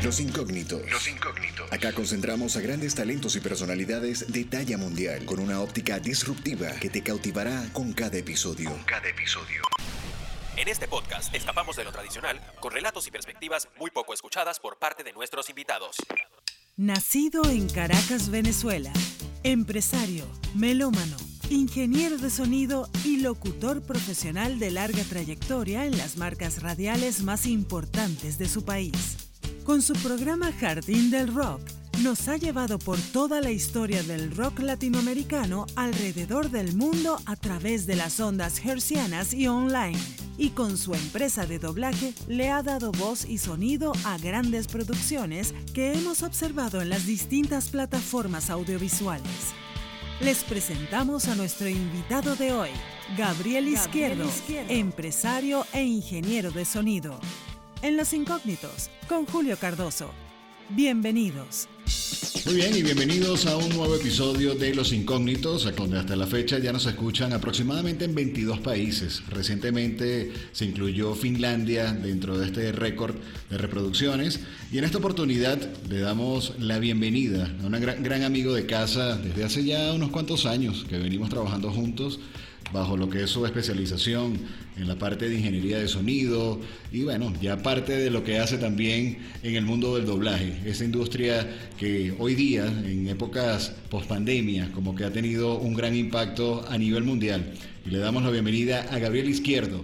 Los Incógnitos. Acá concentramos a grandes talentos y personalidades de talla mundial, con una óptica disruptiva que te cautivará con cada episodio. En este podcast escapamos de lo tradicional con relatos y perspectivas muy poco escuchadas por parte de nuestros invitados. Nacido en Caracas, Venezuela, empresario, melómano, ingeniero de sonido y locutor profesional de larga trayectoria en las marcas radiales más importantes de su país. Con su programa Jardín del Rock, nos ha llevado por toda la historia del rock latinoamericano alrededor del mundo a través de las ondas hercianas y online. Y con su empresa de doblaje le ha dado voz y sonido a grandes producciones que hemos observado en las distintas plataformas audiovisuales. Les presentamos a nuestro invitado de hoy, Gabriel Izquierdo, empresario e ingeniero de sonido. En Los Incógnitos, con Julio Cardoso. Bienvenidos. Muy bien, y bienvenidos a un nuevo episodio de Los Incógnitos, donde hasta la fecha ya nos escuchan aproximadamente en 22 países. Recientemente se incluyó Finlandia dentro de este récord de reproducciones, y en esta oportunidad le damos la bienvenida a un gran amigo de casa desde hace ya unos cuantos años que venimos trabajando juntos bajo lo que es su especialización en la parte de ingeniería de sonido y bueno, ya parte de lo que hace también en el mundo del doblaje, esa industria que hoy día, en épocas post-pandemia, como que ha tenido un gran impacto a nivel mundial. Y le damos la bienvenida a Gabriel Izquierdo.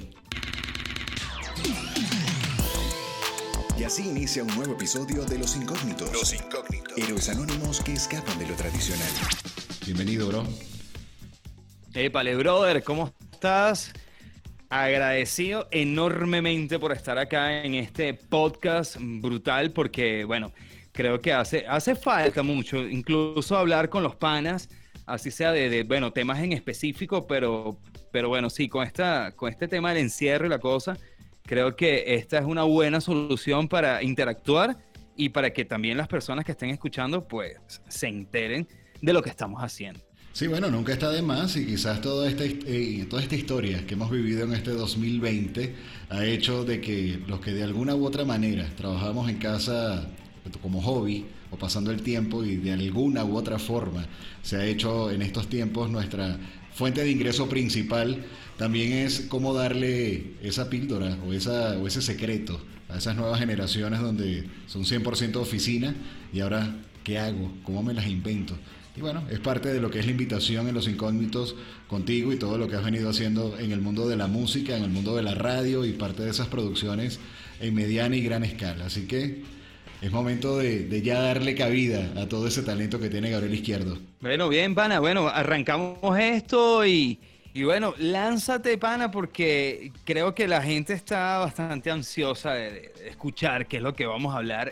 Y así inicia un nuevo episodio de Los Incógnitos. Héroes anónimos que escapan de lo tradicional. Bienvenido, bro. Épale, brother, ¿cómo estás? Agradecido enormemente por estar acá en este podcast brutal porque, bueno, creo que hace falta mucho, incluso hablar con los panas, así sea de temas en específico, pero bueno, sí, con este tema del encierro y la cosa, creo que esta es una buena solución para interactuar y para que también las personas que estén escuchando, pues, se enteren de lo que estamos haciendo. Sí, bueno, nunca está de más y quizás toda esta historia que hemos vivido en este 2020 ha hecho de que los que de alguna u otra manera trabajamos en casa como hobby o pasando el tiempo y de alguna u otra forma se ha hecho en estos tiempos nuestra fuente de ingreso principal, también es cómo darle esa píldora o ese secreto a esas nuevas generaciones donde son 100% oficina y ahora, ¿qué hago? ¿Cómo me las invento? Y bueno, es parte de lo que es la invitación en Los Incógnitos contigo y todo lo que has venido haciendo en el mundo de la música, en el mundo de la radio y parte de esas producciones en mediana y gran escala. Así que es momento de ya darle cabida a todo ese talento que tiene Gabriel Izquierdo. Bueno, bien, pana. Bueno, arrancamos esto y bueno, lánzate, pana, porque creo que la gente está bastante ansiosa de escuchar qué es lo que vamos a hablar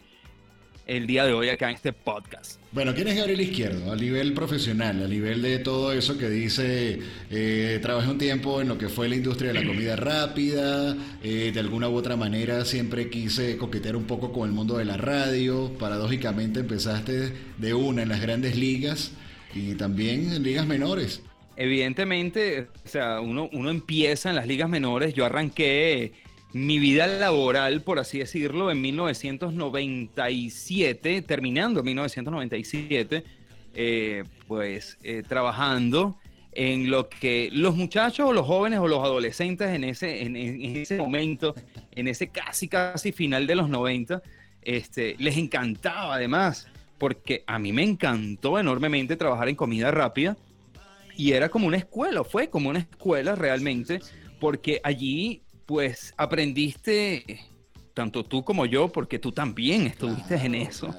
el día de hoy acá en este podcast. Bueno, ¿quién es Gabriel Izquierdo? A nivel profesional, a nivel de todo eso que dice, trabajé un tiempo en lo que fue la industria de la comida rápida, de alguna u otra manera siempre quise coquetear un poco con el mundo de la radio, paradójicamente empezaste de una en las grandes ligas y también en ligas menores. Evidentemente, o sea, uno empieza en las ligas menores, yo arranqué mi vida laboral, por así decirlo, en 1997, terminando en 1997, trabajando en lo que los muchachos o los jóvenes o los adolescentes en ese momento, en ese casi final de los 90, les encantaba además, porque a mí me encantó enormemente trabajar en comida rápida y era como una escuela, fue como una escuela realmente, porque allí pues aprendiste, tanto tú como yo, porque tú también estuviste en eso.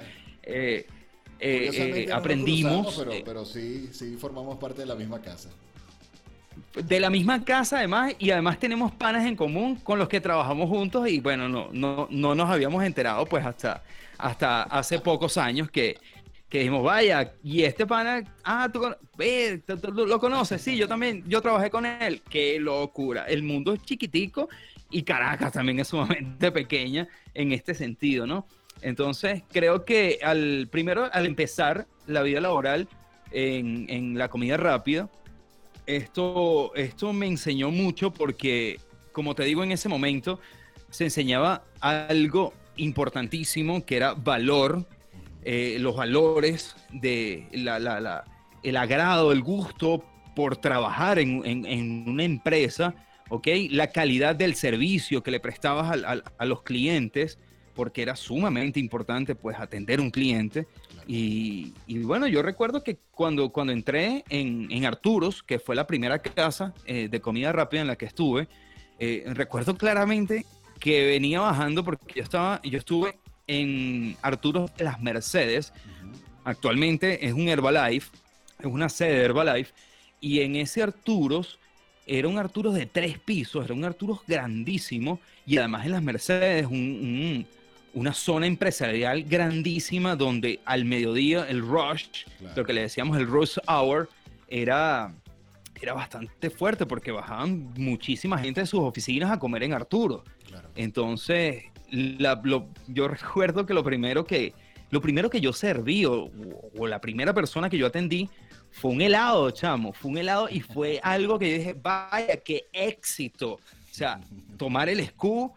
Aprendimos. Pero sí formamos parte de la misma casa. De la misma casa además, y además tenemos panas en común con los que trabajamos juntos y bueno, no nos habíamos enterado pues hasta hace pocos años que dijimos, vaya, y este pana, tú lo conoces, sí, yo también, yo trabajé con él. Qué locura, el mundo es chiquitico y Caracas también es sumamente pequeña en este sentido, ¿no? Entonces, creo que al empezar la vida laboral en la comida rápida, esto me enseñó mucho porque, como te digo, en ese momento se enseñaba algo importantísimo, que era valor, los valores de el agrado, el gusto por trabajar en una empresa, ¿ok? La calidad del servicio que le prestabas a los clientes, porque era sumamente importante pues atender un cliente. Y bueno, yo recuerdo que cuando entré en Arturos, que fue la primera casa de comida rápida en la que estuve, recuerdo claramente que venía bajando porque yo estuve en Arturos de las Mercedes. Actualmente es un Herbalife, es una sede de Herbalife, y en ese Arturos era un Arturos de 3 pisos, era un Arturos grandísimo, y además en las Mercedes una zona empresarial grandísima donde al mediodía el rush, lo que le decíamos el rush hour, era bastante fuerte porque bajaban muchísima gente de sus oficinas a comer en Arturo. Claro. Entonces, yo recuerdo que lo primero que yo serví o la primera persona que yo atendí fue un helado, chamo. Fue un helado y fue algo que yo dije, vaya, qué éxito. O sea, tomar el scoop,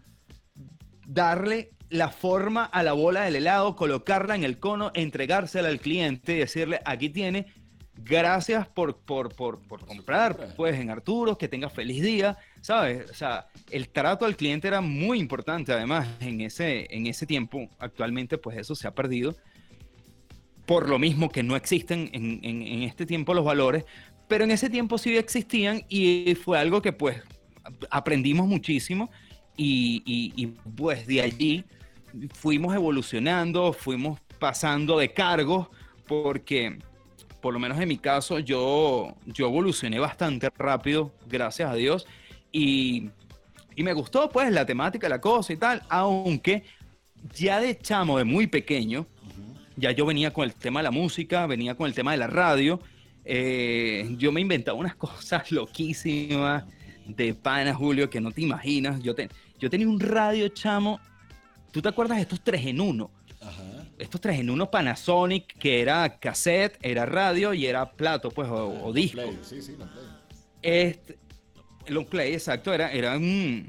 darle la forma a la bola del helado, colocarla en el cono, entregársela al cliente y decirle, aquí tiene, gracias por comprar, pues, en Arturos, que tenga feliz día, ¿sabes? O sea, el trato al cliente era muy importante, además, en ese tiempo. Actualmente, pues, eso se ha perdido, por lo mismo que no existen en este tiempo los valores, pero en ese tiempo sí existían y fue algo que, pues, aprendimos muchísimo y pues, de allí fuimos evolucionando, fuimos pasando de cargos, porque por lo menos en mi caso yo evolucioné bastante rápido, gracias a Dios, y me gustó pues la temática, la cosa y tal, aunque ya de chamo, de muy pequeño, ya yo venía con el tema de la música, venía con el tema de la radio, yo me inventaba unas cosas loquísimas de pana, Julio, que no te imaginas. Yo tenía un radio, chamo. ¿Tú te acuerdas de estos 3 en 1? Ajá. Estos 3 en 1 Panasonic, que era cassette, era radio y era plato, pues, o disco. Play. Sí, long play. Long play, exacto. Era un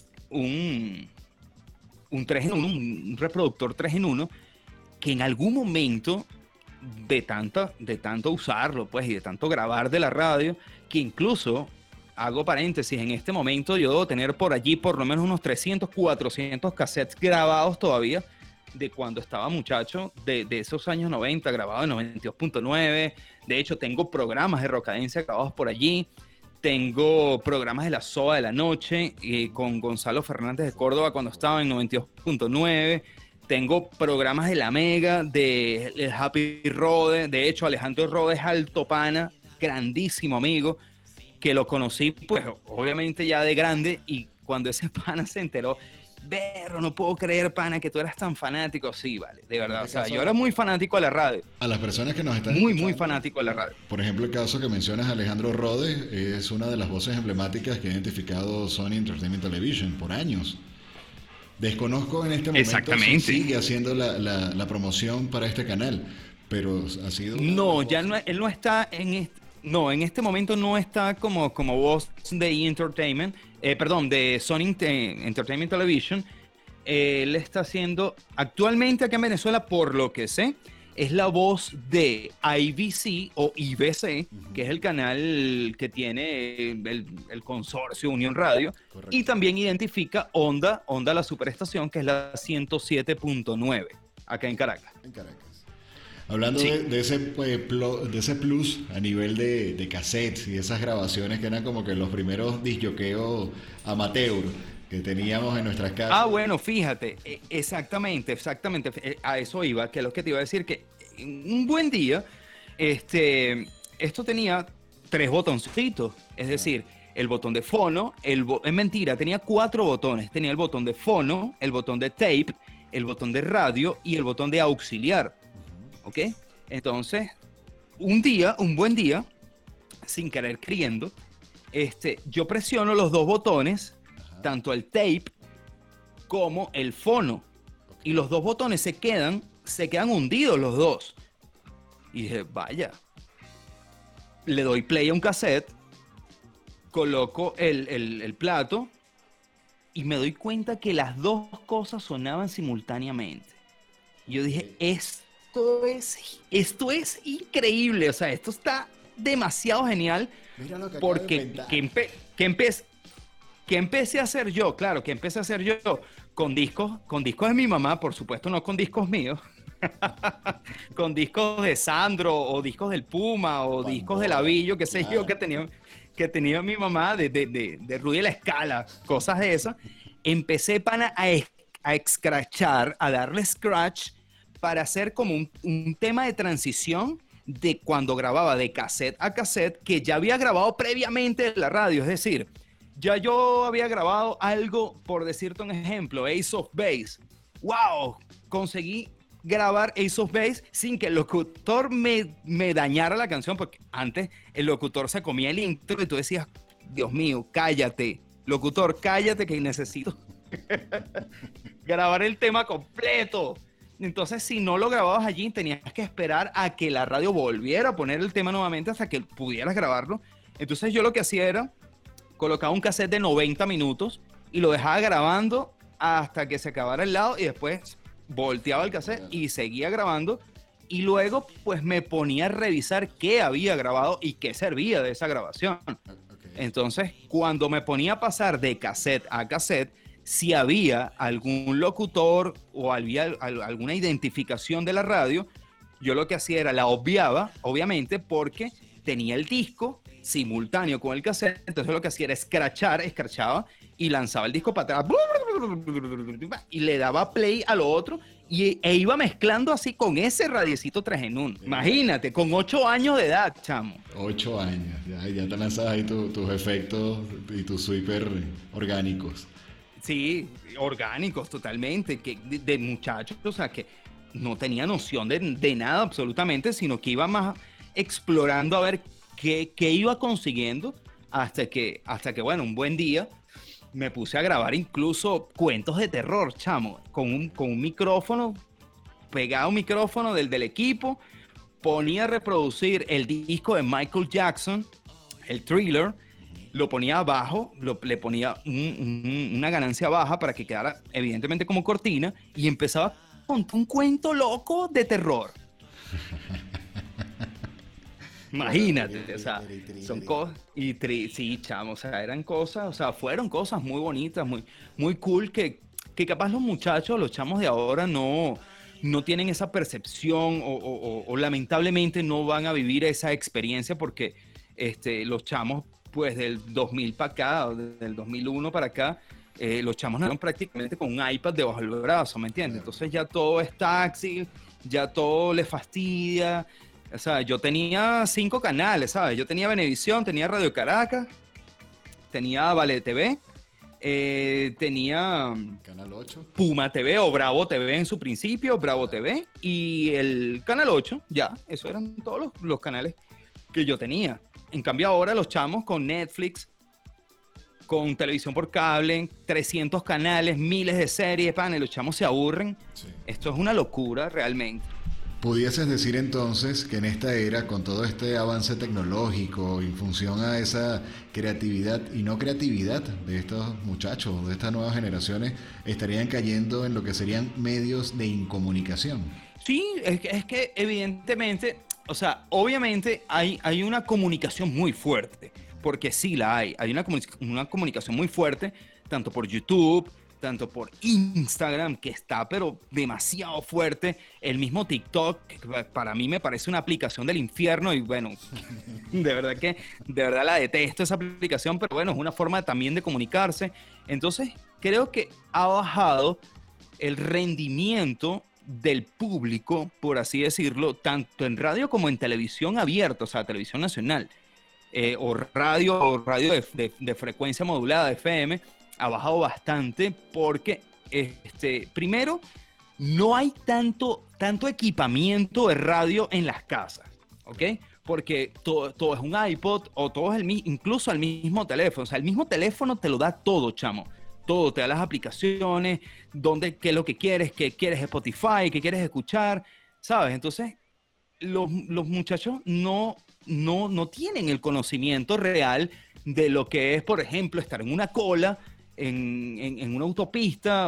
3 en 1, un reproductor 3 en 1, que en algún momento de tanto usarlo, pues, y de tanto grabar de la radio, que incluso, hago paréntesis, en este momento yo debo tener por allí por lo menos unos 300, 400 cassettes grabados todavía de cuando estaba muchacho, de esos años 90, grabados en 92.9. De hecho, tengo programas de Rocadencia grabados por allí. Tengo programas de la SOA de la noche con Gonzalo Fernández de Córdoba cuando estaba en 92.9. Tengo programas de La Mega, de el Happy Rode. De hecho, Alejandro Rode es alto pana, grandísimo amigo, que lo conocí, pues, obviamente ya de grande, y cuando ese pana se enteró, Berro, no puedo creer, pana, que tú eras tan fanático. Sí, vale, de verdad. O sea, yo era muy fanático de la radio. A las personas que nos están muy fanático de la radio. Por ejemplo, el caso que mencionas, Alejandro Rode, es una de las voces emblemáticas que ha identificado Sony Entertainment Television por años. Desconozco en este momento si sigue haciendo la promoción para este canal, pero ha sido... No, ya no, él no está en en este momento no está como voz de Entertainment, de Sony Entertainment Television. Él está haciendo actualmente acá en Venezuela, por lo que sé, es la voz de IBC o IBC, que es el canal que tiene el consorcio Unión Radio. Correcto. Y también identifica Onda la superestación, que es la 107.9 acá en Caracas. Hablando de ese plus a nivel de cassettes y esas grabaciones que eran como que los primeros disjoqueos amateur que teníamos en nuestras casas. Ah, bueno, fíjate, exactamente, a eso iba, que es lo que te iba a decir, que un buen día, esto tenía 3 botoncitos, es decir, el botón de fono, es mentira, tenía 4 botones, tenía el botón de fono, el botón de tape, el botón de radio y el botón de auxiliar. ¿Ok? Entonces, un buen día, sin querer queriendo, yo presiono los 2 botones, tanto el tape como el fono. Okay. Y los 2 botones se quedan hundidos los 2. Y dije, vaya. Le doy play a un cassette, coloco el plato y me doy cuenta que las dos cosas sonaban simultáneamente. Y yo dije, esto es increíble, o sea, esto está demasiado genial. Mira lo que porque ¿qué empecé a hacer yo? Claro, que empecé a hacer yo con discos de mi mamá, por supuesto, no con discos míos. Con discos de Sandro o discos del Puma o discos de Lavillo, qué sé yo, que tenía mi mamá de Rudy de la Escala, cosas de esas. Empecé a escrachar, a darle scratch para hacer como un tema de transición de cuando grababa de cassette a cassette que ya había grabado previamente en la radio. Es decir, ya yo había grabado algo, por decirte un ejemplo, Ace of Base. ¡Wow! Conseguí grabar Ace of Base sin que el locutor me dañara la canción, porque antes el locutor se comía el intro y tú decías, Dios mío, cállate, locutor, cállate que necesito grabar el tema completo. Entonces, si no lo grababas allí, tenías que esperar a que la radio volviera a poner el tema nuevamente hasta que pudieras grabarlo. Entonces, yo lo que hacía era colocaba un cassette de 90 minutos y lo dejaba grabando hasta que se acabara el lado y después volteaba el cassette y seguía grabando. Y luego, pues, me ponía a revisar qué había grabado y qué servía de esa grabación. Entonces, cuando me ponía a pasar de cassette a cassette, si había algún locutor o había alguna identificación de la radio, yo lo que hacía era la obviaba, obviamente, porque tenía el disco simultáneo con el cassette. Entonces lo que hacía era escrachaba y lanzaba el disco para atrás y le daba play a lo otro e iba mezclando así con ese radiecito 3 en 1. Imagínate, con 8 años de edad, chamo. 8 años, ya te lanzas ahí tus efectos y tus sweeper orgánicos. Sí, orgánicos totalmente, que de muchachos, o sea, que no tenía noción de nada absolutamente, sino que iba más explorando a ver qué iba consiguiendo hasta que, bueno, un buen día me puse a grabar incluso cuentos de terror, chamo, con un micrófono, pegado un micrófono del equipo, ponía a reproducir el disco de Michael Jackson, el Thriller, lo ponía abajo, le ponía una ganancia baja para que quedara evidentemente como cortina y empezaba a contar un cuento loco de terror. Imagínate, o sea, son cosas, sí, chamo, o sea, eran cosas, o sea, fueron cosas muy bonitas, muy cool que capaz los muchachos, los chamos de ahora no tienen esa percepción o lamentablemente no van a vivir esa experiencia porque los chamos, pues del 2000 para acá, o del 2001 para acá, los chamos nacieron prácticamente con un iPad debajo del brazo, ¿me entiendes? Entonces ya todo es táctil, ya todo les fastidia. O sea, yo tenía 5 canales, ¿sabes? Yo tenía Venevisión, tenía Radio Caracas, tenía Vale TV, tenía Canal 8, Puma TV o Bravo TV en su principio, Bravo TV y el Canal 8, ya, esos eran todos los canales que yo tenía. En cambio ahora los chamos con Netflix, con televisión por cable, 300 canales, miles de series, los chamos se aburren. Sí. Esto es una locura realmente. ¿Pudieses decir entonces que en esta era, con todo este avance tecnológico, en función a esa creatividad y no creatividad de estos muchachos, de estas nuevas generaciones, estarían cayendo en lo que serían medios de incomunicación? Sí, es que evidentemente, o sea, obviamente hay una comunicación muy fuerte, porque sí la hay una comunicación muy fuerte, tanto por YouTube, tanto por Instagram, que está pero demasiado fuerte, el mismo TikTok, que para mí me parece una aplicación del infierno y bueno, de verdad la detesto esa aplicación, pero bueno, es una forma también de comunicarse. Entonces, creo que ha bajado el rendimiento del público, por así decirlo, tanto en radio como en televisión abierta, o sea, televisión nacional, o radio de frecuencia modulada, de FM, ha bajado bastante porque, primero, no hay tanto equipamiento de radio en las casas, ¿ok? Porque todo es un iPod o todo es incluso el mismo teléfono. O sea, el mismo teléfono te lo da todo, chamo. Todo, te da las aplicaciones, qué es lo que quieres Spotify, qué quieres escuchar, ¿sabes? Entonces, los muchachos no tienen el conocimiento real de lo que es, por ejemplo, estar en una cola en una autopista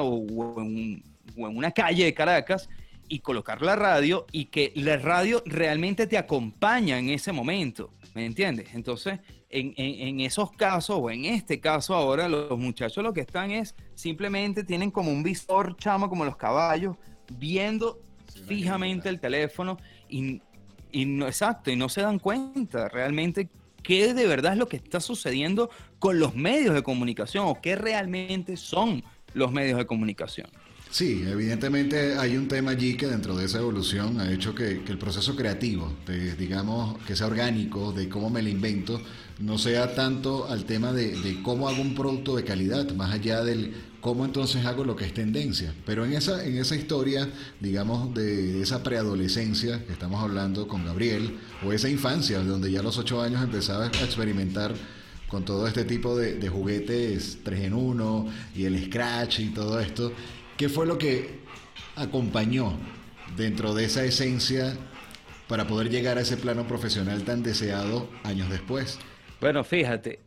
o en una calle de Caracas y colocar la radio y que la radio realmente te acompaña en ese momento, ¿me entiendes? Entonces, en esos casos o en este caso ahora, los muchachos lo que están es simplemente tienen como un visor, chamo, como los caballos, viendo fijamente el teléfono y no, exacto, y no se dan cuenta realmente qué de verdad es lo que está sucediendo con los medios de comunicación o qué realmente son los medios de comunicación. Sí, evidentemente hay un tema allí que dentro de esa evolución ha hecho que el proceso creativo, digamos, que sea orgánico, de cómo me lo invento, no sea tanto al tema de cómo hago un producto de calidad, más allá del cómo entonces hago lo que es tendencia. Pero en esa historia, digamos, de esa preadolescencia que estamos hablando con Gabriel, o esa infancia, donde ya a los 8 años empezaba a experimentar con todo este tipo de juguetes 3 en 1 y el Scratch y todo esto, ¿qué fue lo que acompañó dentro de esa esencia para poder llegar a ese plano profesional tan deseado años después? Bueno, fíjate,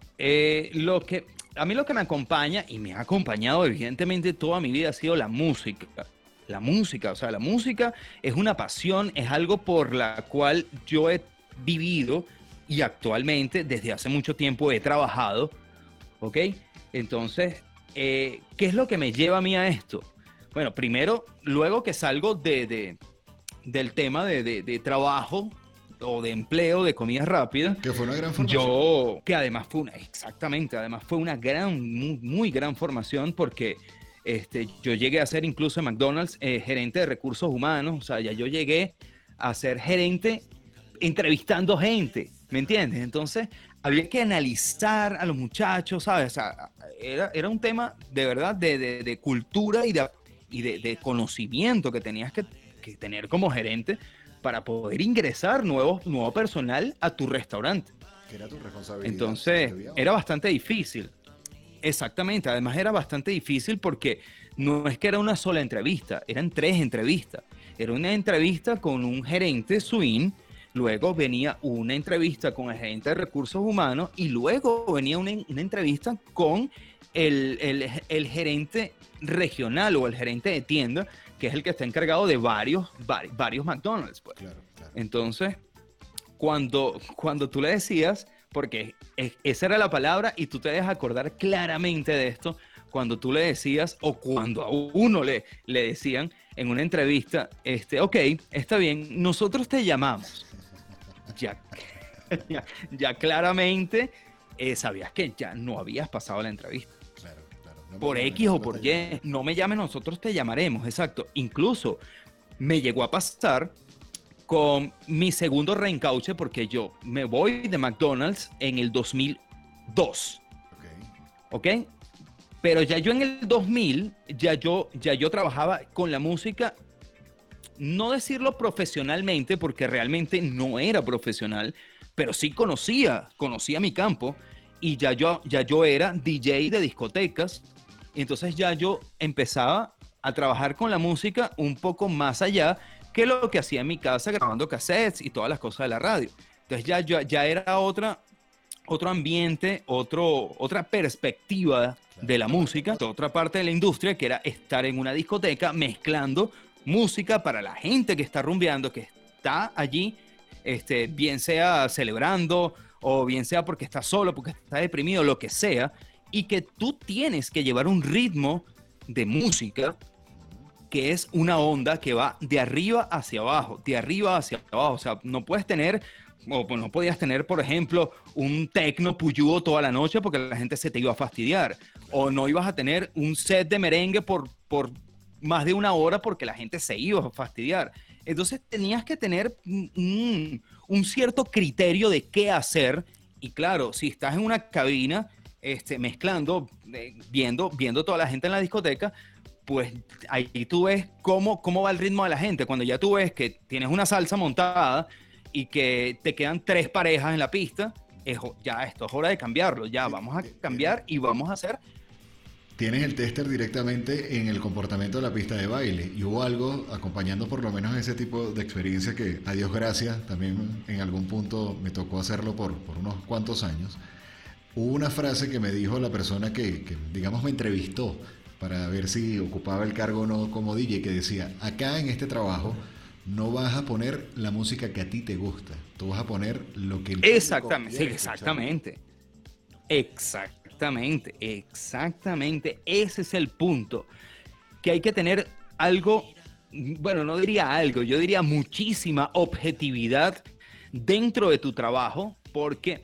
a mí lo que me acompaña y me ha acompañado evidentemente toda mi vida ha sido la música. La música, o sea, la música es una pasión, es algo por la cual yo he vivido y actualmente desde hace mucho tiempo he trabajado, ¿ok? Entonces, ¿qué es lo que me lleva a mí a esto? Bueno, primero, luego que salgo del tema de trabajo o de empleo, de comida rápida. Que fue una gran formación. Que además fue una muy gran formación porque yo llegué a ser incluso en McDonald's gerente de recursos humanos, o sea, ya yo llegué a ser gerente entrevistando gente, ¿me entiendes? Entonces, había que analizar a los muchachos, ¿sabes? O sea, era un tema de verdad de cultura y de conocimiento que tenías que tener como gerente para poder ingresar nuevo personal a tu restaurante. Que era tu responsabilidad. Entonces, era bastante difícil. Exactamente, además era bastante difícil porque no es que era una sola entrevista, eran 3 entrevistas. Era una entrevista con un gerente swing, luego venía una entrevista con el gerente de recursos humanos y luego venía una entrevista con el gerente regional o el gerente de tienda, que es el que está encargado de varios McDonald's. Pues. Claro. Entonces, cuando tú le decías, porque esa era la palabra y tú te debes acordar claramente de esto, cuando tú le decías o cuando a uno le decían en una entrevista, ok, está bien, nosotros te llamamos. Ya claramente sabías que ya no habías pasado la entrevista. Claro. Por X o por Y, no me llames, nosotros te llamaremos, exacto. Incluso me llegó a pasar con mi segundo reencauche porque yo me voy de McDonald's en el 2002. ¿Ok? Pero ya yo en el 2000, ya yo trabajaba con la música, no decirlo profesionalmente porque realmente no era profesional, pero sí conocía mi campo y ya yo era DJ de discotecas. Entonces ya yo empezaba a trabajar con la música un poco más allá que lo que hacía en mi casa grabando cassettes y todas las cosas de la radio. Entonces ya era otro ambiente, otra perspectiva de la música, otra parte de la industria que era estar en una discoteca mezclando música para la gente que está rumbeando, que está allí, bien sea celebrando o bien sea porque está solo, porque está deprimido, lo que sea, y que tú tienes que llevar un ritmo de música que es una onda que va de arriba hacia abajo, o sea, no podías tener, por ejemplo, un techno puyudo toda la noche porque la gente se te iba a fastidiar, o no ibas a tener un set de merengue por más de 1 hora porque la gente se iba a fastidiar. Entonces tenías que tener un cierto criterio de qué hacer, y claro, si estás en una cabina mezclando, viendo toda la gente en la discoteca, pues ahí tú ves cómo va el ritmo de la gente. Cuando ya tú ves que tienes una salsa montada y que te quedan 3 parejas en la pista, ya esto es hora de cambiarlo, ya vamos a cambiar y vamos a hacer. Tienes el tester directamente en el comportamiento de la pista de baile, y hubo algo acompañando por lo menos ese tipo de experiencia que, a Dios gracias, también en algún punto me tocó hacerlo por unos cuantos años. Hubo una frase que me dijo la persona que, digamos, me entrevistó para ver si ocupaba el cargo o no como DJ, que decía, acá en este trabajo no vas a poner la música que a ti te gusta, tú vas a poner lo que el Exactamente, sí, quiere escuchar. exactamente. Ese es el punto. Que hay que tener algo, bueno, no diría algo, yo diría muchísima objetividad dentro de tu trabajo, porque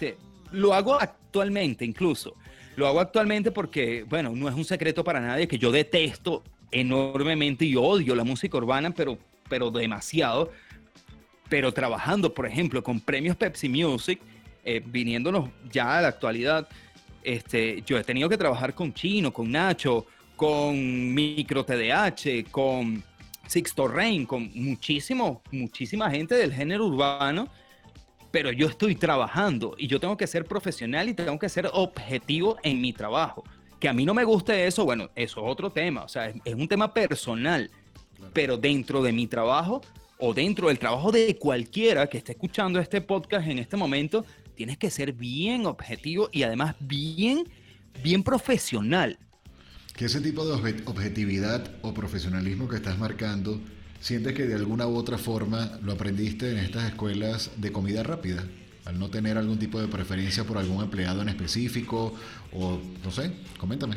lo hago actualmente incluso. Lo hago actualmente porque, bueno, no es un secreto para nadie que yo detesto enormemente y odio la música urbana, pero demasiado. Pero trabajando, por ejemplo, con premios Pepsi Music, viniéndonos ya a la actualidad, yo he tenido que trabajar con Chino, con Nacho, con Micro TDH, con Sixto Rain, con muchísima gente del género urbano, pero yo estoy trabajando y yo tengo que ser profesional y tengo que ser objetivo en mi trabajo. Que a mí no me guste eso, bueno, eso es otro tema, o sea, es un tema personal, pero dentro de mi trabajo o dentro del trabajo de cualquiera que esté escuchando este podcast en este momento, tienes que ser bien objetivo y además bien profesional. Que ese tipo de objetividad o profesionalismo que estás marcando, ¿sientes que de alguna u otra forma lo aprendiste en estas escuelas de comida rápida? Al no tener algún tipo de preferencia por algún empleado en específico, o no sé, coméntame.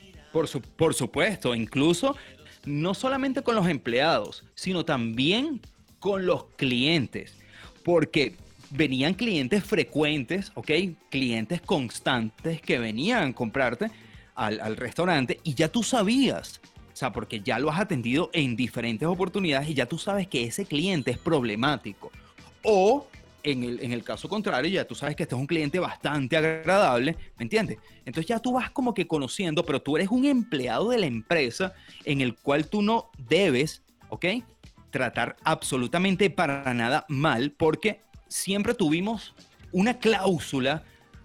Por supuesto, incluso no solamente con los empleados, sino también con los clientes, porque venían clientes frecuentes, ¿ok? Clientes constantes que venían a comprarte al restaurante y ya tú sabías, o sea, porque ya lo has atendido en diferentes oportunidades y ya tú sabes que ese cliente es problemático. O en el caso contrario, ya tú sabes que este es un cliente bastante agradable, ¿me entiendes? Entonces ya tú vas como que conociendo, pero tú eres un empleado de la empresa en el cual tú no debes, ¿ok? Tratar absolutamente para nada mal, porque siempre tuvimos una cláusula,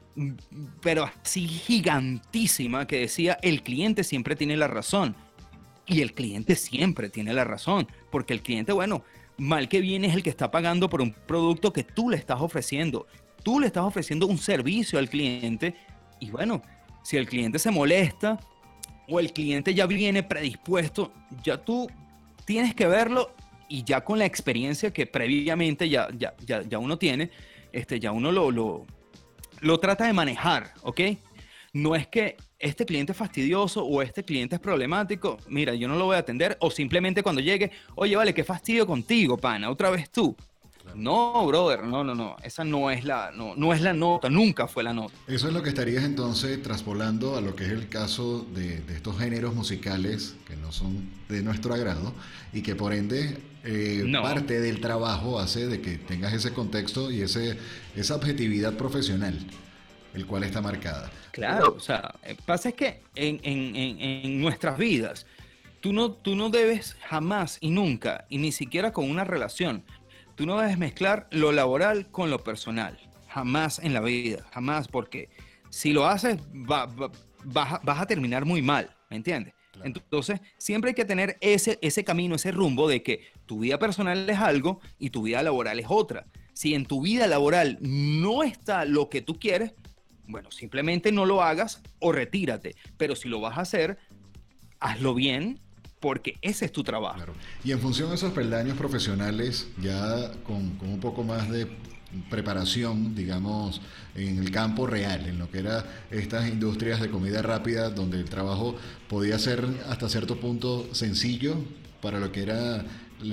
pero así gigantísima, que decía, el cliente siempre tiene la razón. Y el cliente siempre tiene la razón, porque el cliente, bueno, mal que bien es el que está pagando por un producto que tú le estás ofreciendo. Tú le estás ofreciendo un servicio al cliente y bueno, si el cliente se molesta o el cliente ya viene predispuesto, ya tú tienes que verlo y ya con la experiencia que previamente ya uno tiene, ya uno lo trata de manejar, ¿ok? No es que este cliente es fastidioso o este cliente es problemático, mira, yo no lo voy a atender, o simplemente cuando llegue, oye, vale, qué fastidio contigo, pana, otra vez tú. Claro. No, brother, no, esa no es la nota, nunca fue la nota. Eso es lo que estarías entonces traspolando a lo que es el caso de estos géneros musicales que no son de nuestro agrado y que por ende parte del trabajo hace de que tengas ese contexto y esa objetividad profesional, el cual está marcada. Claro, o sea, pasa es que en nuestras vidas, tú no debes jamás y nunca, y ni siquiera con una relación, tú no debes mezclar lo laboral con lo personal. Jamás en la vida, jamás, porque si lo haces, vas a terminar muy mal, ¿me entiendes? Claro. Entonces, siempre hay que tener ese camino, ese rumbo de que tu vida personal es algo y tu vida laboral es otra. Si en tu vida laboral no está lo que tú quieres, bueno, simplemente no lo hagas o retírate. Pero si lo vas a hacer, hazlo bien, porque ese es tu trabajo. Claro. Y en función de esos peldaños profesionales, ya con un poco más de preparación, digamos, en el campo real, en lo que eran estas industrias de comida rápida, donde el trabajo podía ser hasta cierto punto sencillo para lo que era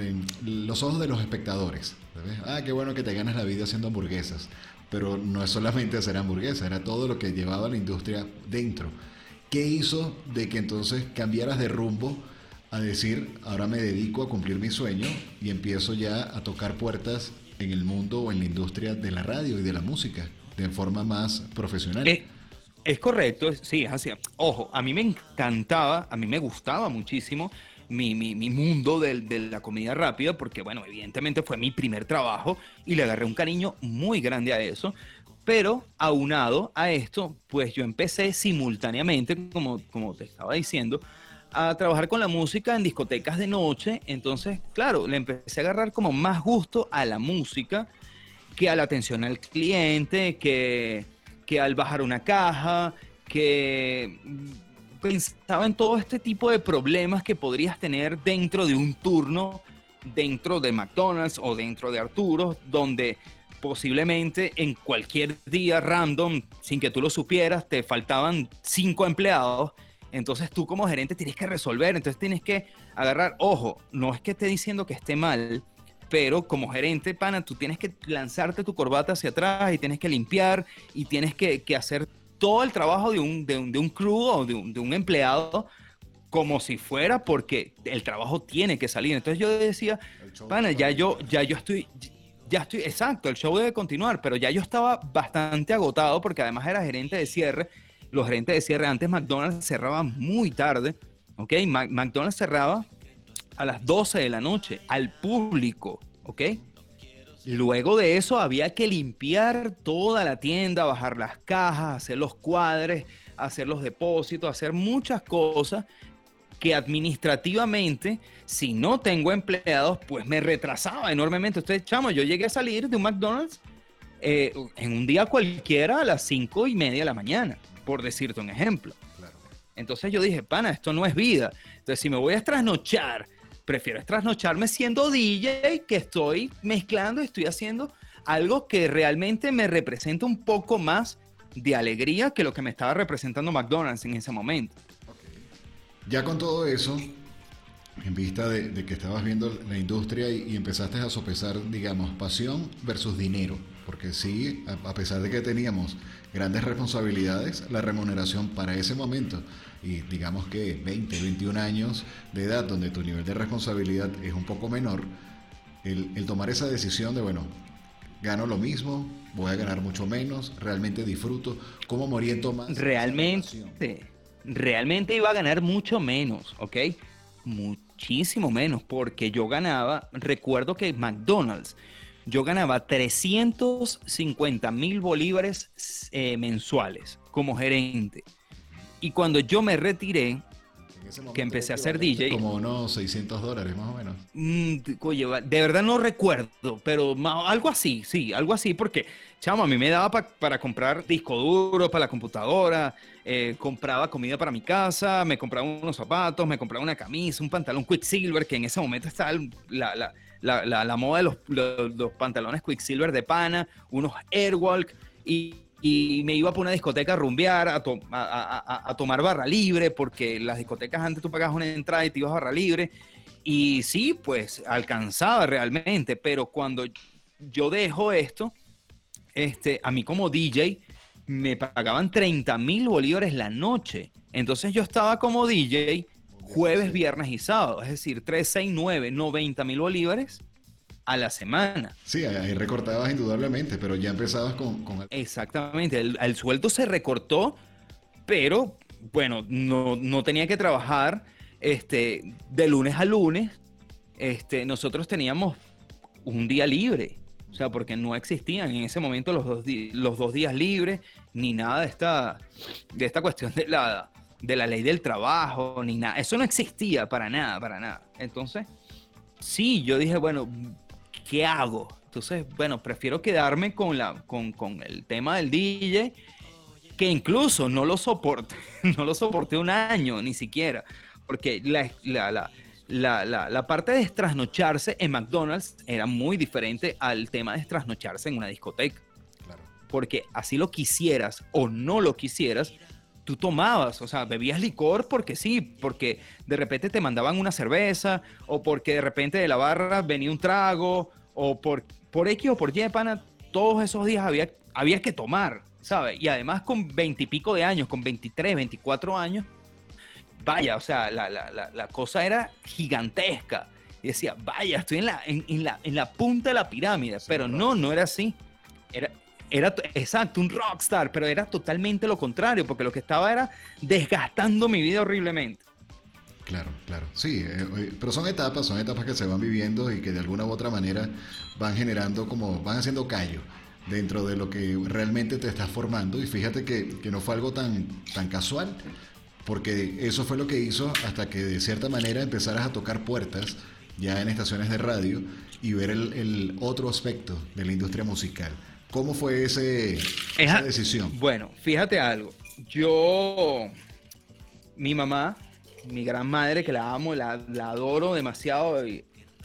los ojos de los espectadores. ¿Sabes? Ah, qué bueno que te ganas la vida haciendo hamburguesas. Pero no es solamente hacer hamburguesas, era todo lo que llevaba la industria dentro. ¿Qué hizo de que entonces cambiaras de rumbo a decir, ahora me dedico a cumplir mi sueño y empiezo ya a tocar puertas en el mundo o en la industria de la radio y de la música de forma más profesional? Es correcto, sí, es así. Ojo, a mí me encantaba, a mí me gustaba muchísimo mi mundo de la comida rápida, porque bueno, evidentemente fue mi primer trabajo y le agarré un cariño muy grande a eso, pero aunado a esto, pues yo empecé simultáneamente, como te estaba diciendo, a trabajar con la música en discotecas de noche. Entonces, claro, le empecé a agarrar como más gusto a la música que a la atención al cliente, que que al bajar una caja, que pensaba en todo este tipo de problemas que podrías tener dentro de un turno, dentro de McDonald's o dentro de Arturo's, donde posiblemente en cualquier día random, sin que tú lo supieras, te faltaban 5 empleados. Entonces tú como gerente tienes que resolver, entonces tienes que agarrar, ojo, no es que esté diciendo que esté mal, pero como gerente, pana, tú tienes que lanzarte tu corbata hacia atrás y tienes que limpiar y tienes que hacer todo el trabajo de un crew o de un empleado como si fuera, porque el trabajo tiene que salir. Entonces yo decía, pana, ya estoy, exacto, el show debe continuar, pero ya yo estaba bastante agotado porque además era gerente de cierre. Los gerentes de cierre, antes McDonald's cerraba muy tarde, ¿ok? McDonald's cerraba a las 12 de la noche al público, ¿ok? Luego de eso había que limpiar toda la tienda, bajar las cajas, hacer los cuadres, hacer los depósitos, hacer muchas cosas que administrativamente, si no tengo empleados, pues me retrasaba enormemente. Entonces, chamo, yo llegué a salir de un McDonald's en un día cualquiera a las 5:30 de la mañana, por decirte un ejemplo. Claro. Entonces yo dije, pana, esto no es vida. Entonces, si me voy a trasnochar, prefiero trasnocharme siendo DJ, que estoy mezclando y estoy haciendo algo que realmente me representa un poco más de alegría que lo que me estaba representando McDonald's en ese momento. Ya con todo eso, en vista de que estabas viendo la industria y empezaste a sopesar, digamos, pasión versus dinero, porque sí, a pesar de que teníamos grandes responsabilidades, la remuneración para ese momento, y digamos que 20, 21 años de edad, donde tu nivel de responsabilidad es un poco menor, el tomar esa decisión de, bueno, gano lo mismo, voy a ganar mucho menos, realmente disfruto, ¿cómo me oriento más? Realmente iba a ganar mucho menos, ¿ok? Muchísimo menos, porque yo ganaba, recuerdo que McDonald's, yo ganaba 350,000 bolívares mensuales como gerente. Y cuando yo me retiré, que empecé a ser DJ... Como unos $600 más o menos. Oye, de verdad no recuerdo, pero algo así, sí, algo así, porque, chamo, a mí me daba para comprar disco duro para la computadora, compraba comida para mi casa, me compraba unos zapatos, me compraba una camisa, un pantalón Quicksilver, que en ese momento estaba la moda de los pantalones Quicksilver de pana, unos Airwalk, y me iba para una discoteca a rumbear, a tomar barra libre, porque las discotecas antes tú pagabas una entrada y te ibas a barra libre. Y sí, pues alcanzaba realmente, pero cuando yo dejo esto, a mí como DJ me pagaban 30,000 bolívares la noche. Entonces yo estaba como DJ jueves, viernes y sábado, es decir, 3, 6, 9, 90,000 bolívares a la semana. Sí, ahí recortabas indudablemente, pero ya empezabas con... Exactamente, el sueldo se recortó, pero bueno, no tenía que trabajar de lunes a lunes. Nosotros teníamos un día libre, o sea, porque no existían en ese momento los dos días libres, ni nada de esta cuestión de la ley del trabajo, ni nada. Eso no existía para nada. Entonces, sí, yo dije, bueno, ¿qué hago? Entonces, bueno, prefiero quedarme con el tema del DJ, que incluso no lo soporté un año ni siquiera, porque la parte de trasnocharse en McDonald's era muy diferente al tema de trasnocharse en una discoteca. Claro. Porque así lo quisieras o no lo quisieras, tú tomabas, o sea, bebías licor porque sí, porque de repente te mandaban una cerveza, o porque de repente de la barra venía un trago, o por X o por Y, pana, todos esos días había que tomar, ¿sabes? Y además con 20 y pico de años, con 23, 24 años, vaya, o sea, la cosa era gigantesca. Y decía, vaya, estoy en la punta de la pirámide, sí, pero no era así. Era exacto, un rockstar, pero era totalmente lo contrario, porque lo que estaba era desgastando mi vida horriblemente. Claro. Sí, pero son etapas que se van viviendo y que de alguna u otra manera van generando van haciendo callo dentro de lo que realmente te estás formando. Y fíjate que no fue algo tan casual, porque eso fue lo que hizo hasta que de cierta manera empezaras a tocar puertas ya en estaciones de radio y ver el otro aspecto de la industria musical. ¿Cómo fue esa decisión? Bueno, fíjate algo. Mi mamá, mi gran madre, que la amo, la adoro demasiado. Y,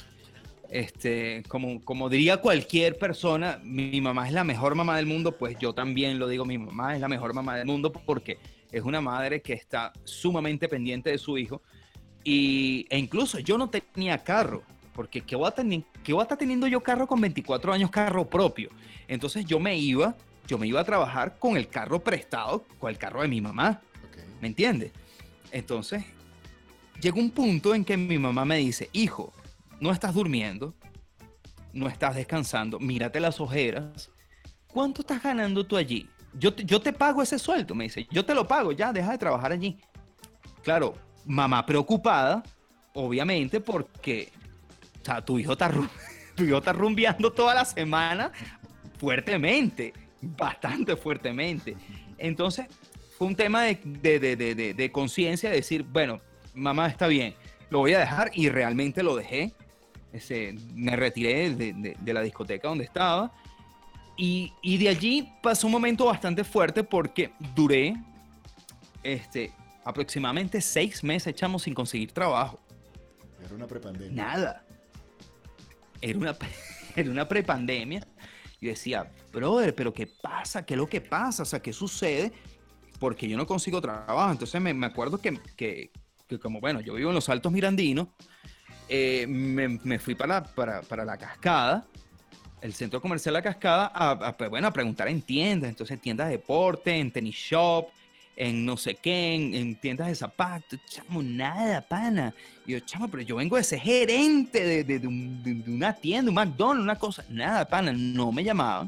como diría cualquier persona, mi mamá es la mejor mamá del mundo, pues yo también lo digo, mi mamá es la mejor mamá del mundo porque es una madre que está sumamente pendiente de su hijo. E incluso yo no tenía carro, porque ¿qué voy a estar teniendo yo carro con 24 años, carro propio? Entonces yo me iba a trabajar con el carro prestado, con el carro de mi mamá, okay. ¿Me entiendes? Entonces llegó un punto en que mi mamá me dice, hijo, no estás durmiendo, no estás descansando, mírate las ojeras, ¿cuánto estás ganando tú allí? Yo te pago ese sueldo, me dice, yo te lo pago, ya, deja de trabajar allí. Claro, mamá preocupada, obviamente, porque o sea, tu hijo está rumbeando toda la semana fuertemente, bastante fuertemente. Entonces, fue un tema de conciencia, de decir, bueno, mamá, está bien, lo voy a dejar, y realmente lo dejé. Me retiré de la discoteca donde estaba, y de allí pasó un momento bastante fuerte porque duré aproximadamente 6 meses, chamo, sin conseguir trabajo. Era una prepandemia. Nada. Era una prepandemia. Yo decía, brother, ¿pero qué pasa? ¿Qué es lo que pasa? O sea, ¿qué sucede? Porque yo no consigo trabajo. Entonces me acuerdo que como, bueno, yo vivo en los Altos Mirandinos, me fui para la Cascada, el centro comercial La Cascada, a preguntar en tiendas. Entonces, tiendas de deporte, en tenis shop, en no sé qué, en tiendas de zapatos, chamo, nada, pana. Y yo, chamo, pero yo vengo de ser gerente de una tienda, un McDonald's, una cosa, nada, pana, no me llamaban.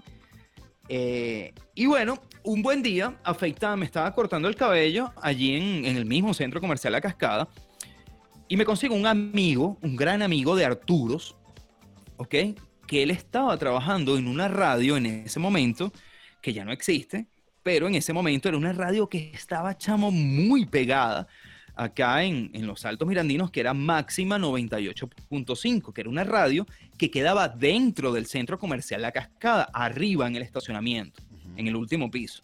Y bueno, un buen día, afeitada, me estaba cortando el cabello allí en el mismo centro comercial La Cascada, y me consigo un gran amigo de Arturos, ¿ok? Que él estaba trabajando en una radio en ese momento, que ya no existe, pero en ese momento era una radio que estaba, chamo, muy pegada acá en los Altos Mirandinos, que era Máxima 98.5, que era una radio que quedaba dentro del centro comercial La Cascada, arriba en el estacionamiento, en el último piso.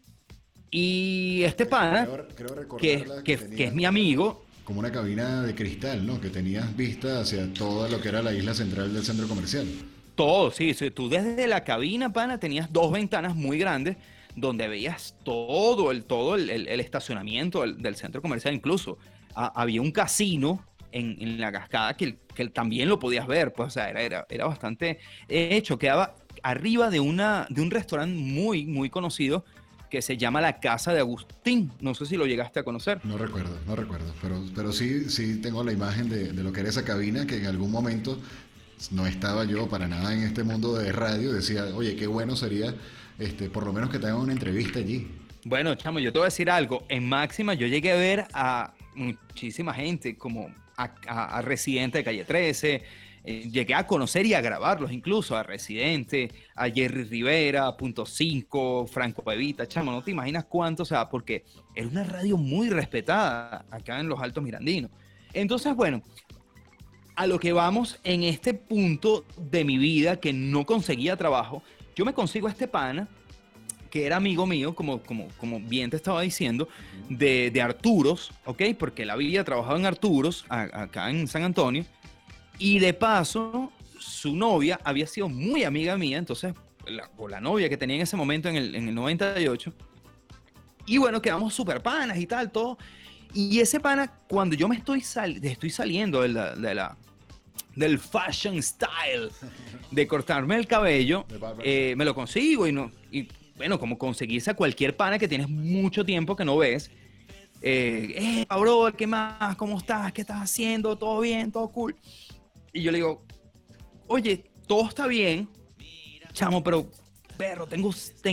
Y este pana, que es mi amigo... Como una cabina de cristal, ¿no? Que tenías vista hacia todo lo que era la isla central del centro comercial. Todo, sí. Tú desde la cabina, pana, tenías 2 ventanas muy grandes donde veías todo el estacionamiento del centro comercial. Incluso había un casino en La Cascada que también lo podías ver. Pues, o sea, era bastante... De hecho, quedaba arriba de un restaurante muy, muy conocido que se llama La Casa de Agustín. No sé si lo llegaste a conocer. No recuerdo, pero sí tengo la imagen de lo que era esa cabina, que en algún momento no estaba yo para nada en este mundo de radio. Decía, oye, qué bueno sería por lo menos que te hagan una entrevista allí. Bueno, chamo, yo te voy a decir algo. En Máxima yo llegué a ver a muchísima gente, como a Residente de Calle 13, llegué a conocer y a grabarlos incluso, a Residente, a Jerry Rivera, Punto 5, Franco Evita, chamo, no te imaginas cuánto, o sea, porque era una radio muy respetada acá en los Altos Mirandinos. Entonces, bueno, a lo que vamos en este punto de mi vida que no conseguía trabajo, yo me consigo a este pana, que era amigo mío, como bien te estaba diciendo, de Arturos, ¿ok? Porque él había trabajado en Arturos, acá en San Antonio, y de paso, su novia había sido muy amiga mía, entonces, la novia que tenía en ese momento, en el 98, y bueno, quedamos súper panas y tal, todo. Y ese pana, cuando yo estoy saliendo del fashion style, de cortarme el cabello, me lo consigo y bueno, como conseguirse a cualquier pana que tienes mucho tiempo que no ves. Bro, ¿qué más? ¿Cómo estás? ¿Qué estás haciendo? ¿Todo bien? ¿Todo cool? Y yo le digo, oye, todo está bien, chamo, pero, perro, tengo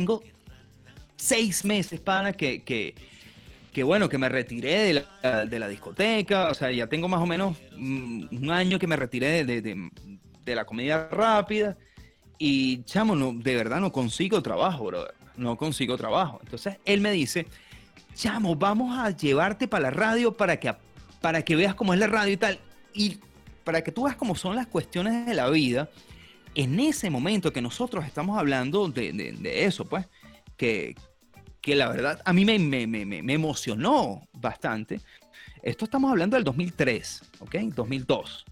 6 meses, pana, que bueno, que me retiré de la discoteca. O sea, ya tengo más o menos un año que me retiré de la comida rápida. Y, chamo, no, de verdad no consigo trabajo, brother. No consigo trabajo. Entonces, él me dice, chamo, vamos a llevarte para la radio para que veas cómo es la radio y tal. Y para que tú veas cómo son las cuestiones de la vida, en ese momento que nosotros estamos hablando de eso, pues, que la verdad a mí me emocionó bastante. Esto estamos hablando del 2003, ¿ok? 2002.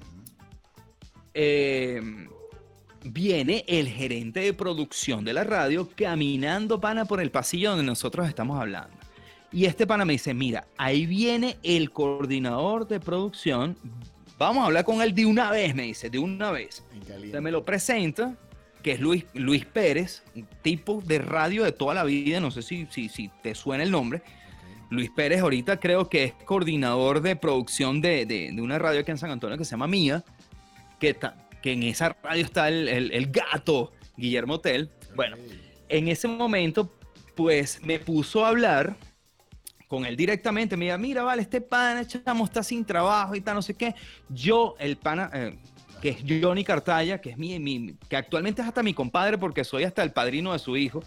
Viene el gerente de producción de la radio caminando, pana, por el pasillo donde nosotros estamos hablando. Y este pana me dice, mira, ahí viene el coordinador de producción, vamos a hablar con él de una vez, me dice, de una vez. Entonces me lo presenta, que es Luis Pérez, un tipo de radio de toda la vida, no sé si te suena el nombre. Luis Pérez ahorita creo que es coordinador de producción de una radio aquí en San Antonio que se llama Mía, que en esa radio está el gato Guillermo Tell. Bueno, en ese momento, pues me puso a hablar con él directamente. Me dijo, mira, vale, este pana, chamo, está sin trabajo y tal, no sé qué. Yo, el pana, que es Johnny Cartaya, que es que actualmente es hasta mi compadre porque soy hasta el padrino de su hijo.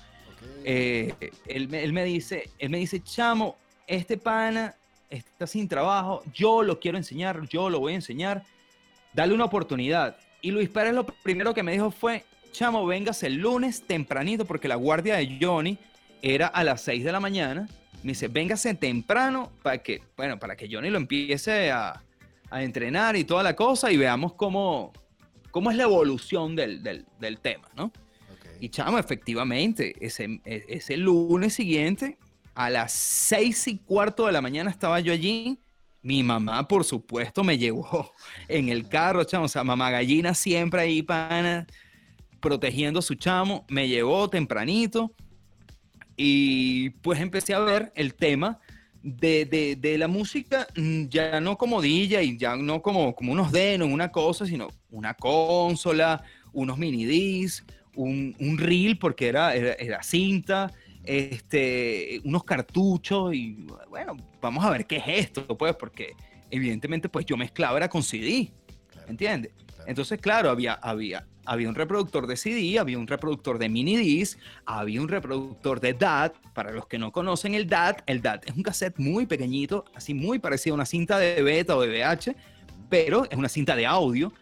Él me dice, chamo, este pana está sin trabajo, yo lo quiero enseñar, yo lo voy a enseñar, dale una oportunidad. Y Luis Pérez lo primero que me dijo fue, chamo, vengas el lunes tempranito, porque la guardia de Johnny era a las 6 de la mañana. Me dice, véngase temprano para que Johnny lo empiece a entrenar y toda la cosa y veamos cómo es la evolución del tema, ¿no? Okay. Y chamo, efectivamente, ese lunes siguiente, a las 6:15 de la mañana estaba yo allí. Mi mamá, por supuesto, me llevó en el carro, chamo. O sea, mamá gallina siempre ahí, pana, protegiendo a su chamo. Me llevó tempranito y pues empecé a ver el tema de la música, ya no como DJ y ya no como unos denos, una cosa, sino una consola, unos mini discs, un reel, porque era cinta, unos cartuchos y bueno, vamos a ver qué es esto, pues, porque evidentemente pues yo mezclaba era con CD, claro, ¿entiendes? Claro. Entonces, claro, había un reproductor de CD, había un reproductor de mini disc, había un reproductor de DAT. Para los que no conocen el DAT es un cassette muy pequeñito, así muy parecido a una cinta de beta o de VH, pero es una cinta de audio.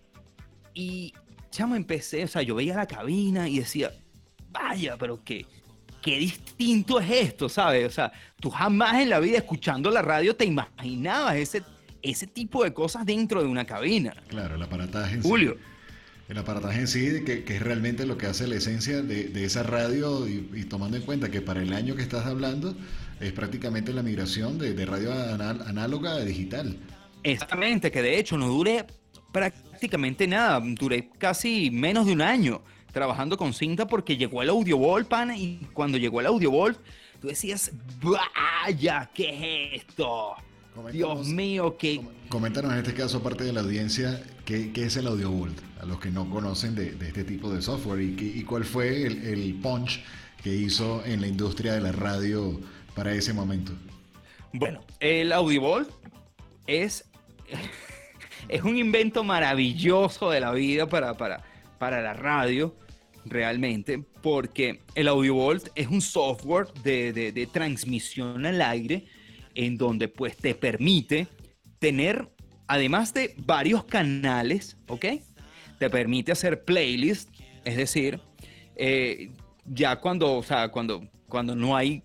Y, chamo, empecé, o sea, yo veía la cabina y decía, vaya, pero qué distinto es esto, ¿sabes? O sea, tú jamás en la vida escuchando la radio te imaginabas ese tipo de cosas dentro de una cabina. Claro, el aparataje en Julio. Sí. El aparataje en sí, que es realmente lo que hace la esencia de esa radio y tomando en cuenta que para el año que estás hablando es prácticamente la migración de radio análoga a digital. Exactamente, que de hecho no duré prácticamente nada, duré casi menos de un año trabajando con cinta porque llegó el AudioVault, pana, y cuando llegó el AudioVault tú decías, vaya, ¿qué es esto? Dios mío, que... Coméntanos en este caso, aparte de la audiencia, ¿qué es el AudioVault? A los que no conocen de este tipo de software y cuál fue el punch que hizo en la industria de la radio para ese momento. Bueno, el AudioVault es un invento maravilloso de la vida para la radio, realmente, porque el AudioVault es un software de transmisión al aire en donde pues te permite tener, además de varios canales, ¿ok? Te permite hacer playlists, es decir, ya cuando no hay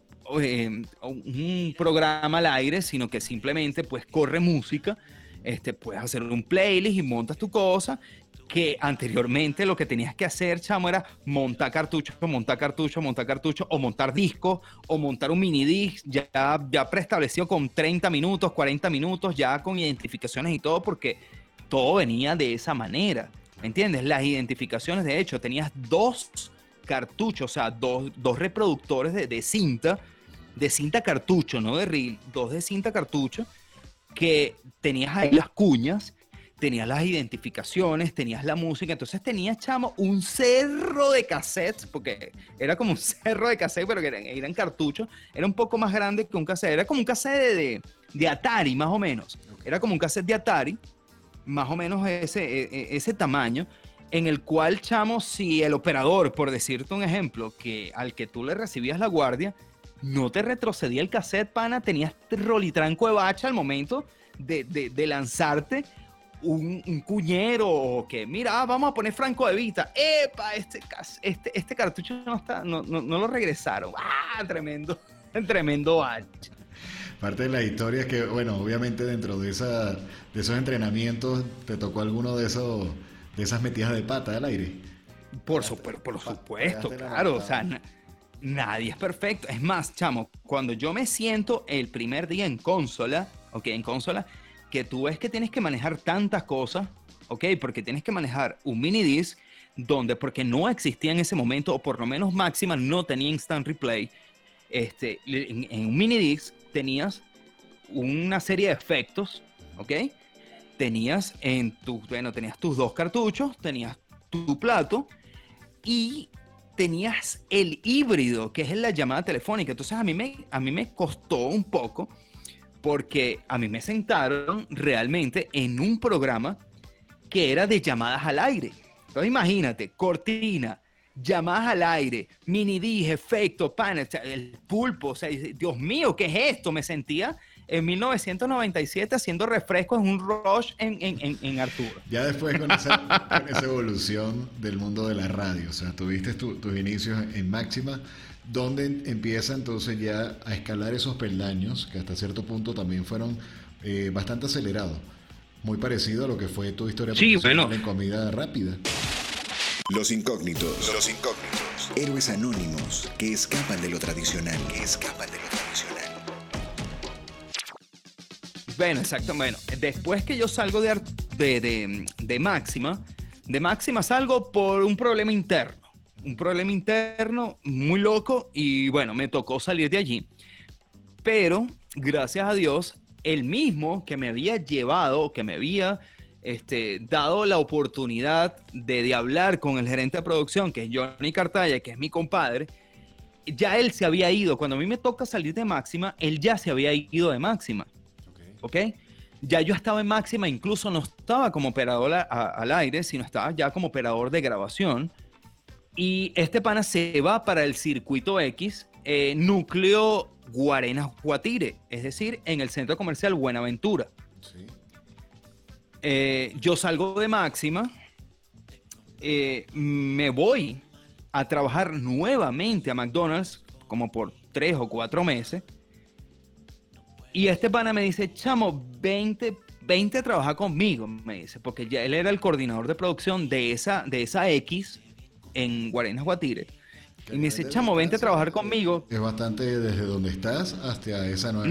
un programa al aire, sino que simplemente pues corre música, puedes hacer un playlist y montas tu cosa, que anteriormente lo que tenías que hacer, chamo, era montar cartucho, o montar discos, o montar un mini disc ya preestablecido con 30 minutos, 40 minutos, ya con identificaciones y todo, porque todo venía de esa manera, ¿me entiendes? Las identificaciones, de hecho, tenías 2 cartuchos, o sea, dos reproductores de cinta cartucho, no de reel, 2 de cinta cartucho, que tenías ahí las cuñas, tenías las identificaciones, tenías la música, entonces tenías, chamo, un cerro de cassettes, porque era como un cerro de cassettes, pero que eran cartuchos, era un poco más grande que un cassette, era como un cassette de Atari, más o menos, era como un cassette de Atari, más o menos ese tamaño, en el cual, chamo, si el operador, por decirte un ejemplo, que al que tú le recibías la guardia, no te retrocedía el cassette, pana, tenías rolitranco de bacha al momento de lanzarte un cuñero o que, mira, vamos a poner Franco de Vita. ¡Epa! Este cartucho no lo regresaron. ¡Ah! Tremendo bache. Parte de la historia es que, bueno, obviamente dentro de esos entrenamientos te tocó alguno de esas metidas de pata al aire. Por supuesto, claro. O sea, nadie es perfecto. Es más, chamo, cuando yo me siento el primer día en consola, que tú ves que tienes que manejar tantas cosas, porque tienes que manejar un mini disc porque no existía en ese momento, o por lo menos Máxima no tenía instant replay. En un mini disc tenías una serie de efectos, tenías tus 2 cartuchos, tenías tu plato y tenías el híbrido, que es la llamada telefónica. Entonces a mí me costó un poco, porque a mí me sentaron realmente en un programa que era de llamadas al aire. Entonces imagínate, cortina, llamadas al aire, mini dig, efecto, panel, el pulpo, o sea, Dios mío, ¿qué es esto? Me sentía en 1997 haciendo refrescos en un Rush en Arturo. Ya después con esa evolución del mundo de la radio, o sea, tuviste tus inicios en Máxima, donde empieza entonces ya a escalar esos peldaños que hasta cierto punto también fueron bastante acelerados. Muy parecido a lo que fue tu historia profesional en comida rápida. Los incógnitos. Héroes anónimos que escapan de lo tradicional. Bueno, exacto. Bueno, después que yo salgo de Máxima, salgo por un problema interno. Un problema interno muy loco y bueno, me tocó salir de allí. Pero, gracias a Dios, el mismo que me había llevado, que me había dado la oportunidad de hablar con el gerente de producción, que es Johnny Cartaya, que es mi compadre, ya él se había ido. Cuando a mí me toca salir de Máxima, él ya se había ido de Máxima. ¿Ok? Ya yo estaba en Máxima, incluso no estaba como operador al aire, sino estaba ya como operador de grabación. Y este pana se va para el circuito X, núcleo Guarenas Guatire, es decir, en el centro comercial Buenaventura. Sí. Yo salgo de Máxima, me voy a trabajar nuevamente a McDonald's, como por 3 o 4 meses. Y este pana me dice, chamo, vente a trabajar conmigo, me dice, porque ya él era el coordinador de producción de esa X en Guarenas Guatire. Y me dice, chamo, vente a trabajar conmigo. Es bastante desde donde estás hasta esa nueva...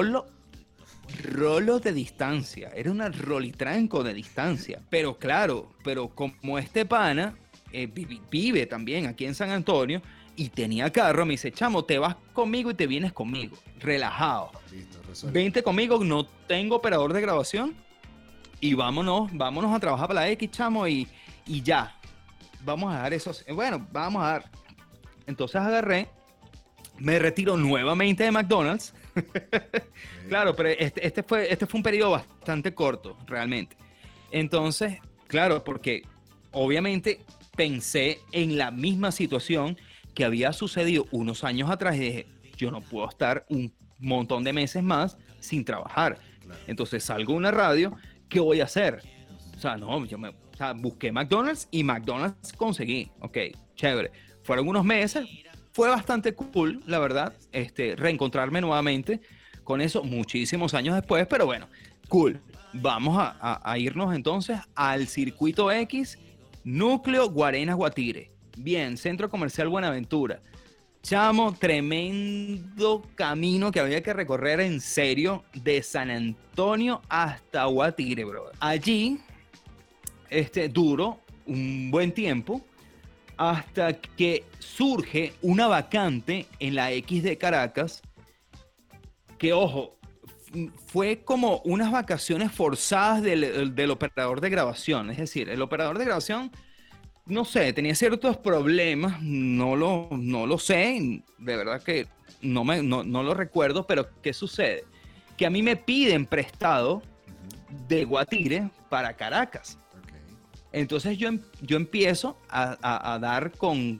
Rolo de distancia. Era una rolitranco de distancia. Pero claro, como este pana vive también aquí en San Antonio y tenía carro, me dice, chamo, te vas conmigo y te vienes conmigo. Relajado. Listo, vente conmigo, no tengo operador de grabación y vámonos a trabajar para la X, chamo, y ya. Vamos a dar esos... Bueno, vamos a dar... Entonces agarré, me retiro nuevamente de McDonald's. Claro, pero este fue un periodo bastante corto, realmente. Entonces, claro, porque obviamente pensé en la misma situación que había sucedido unos años atrás y dije, yo no puedo estar un montón de meses más sin trabajar. Entonces salgo a una radio, ¿qué voy a hacer? O sea, no, busqué McDonald's y McDonald's conseguí. Ok, chévere. Fueron unos meses, fue bastante cool, la verdad, reencontrarme nuevamente con eso muchísimos años después, pero bueno, cool. Vamos a irnos entonces al circuito X, núcleo Guarenas Guatire. Bien, centro comercial Buenaventura. Chamo, tremendo camino que había que recorrer en serio de San Antonio hasta Guatire, bro. Allí, duró un buen tiempo, hasta que surge una vacante en la X de Caracas, que, ojo, fue como unas vacaciones forzadas del operador de grabación. Es decir, el operador de grabación, no sé, tenía ciertos problemas, no lo sé, de verdad que no lo recuerdo, pero ¿qué sucede? Que a mí me piden prestado de Guatire para Caracas. Entonces yo empiezo a dar con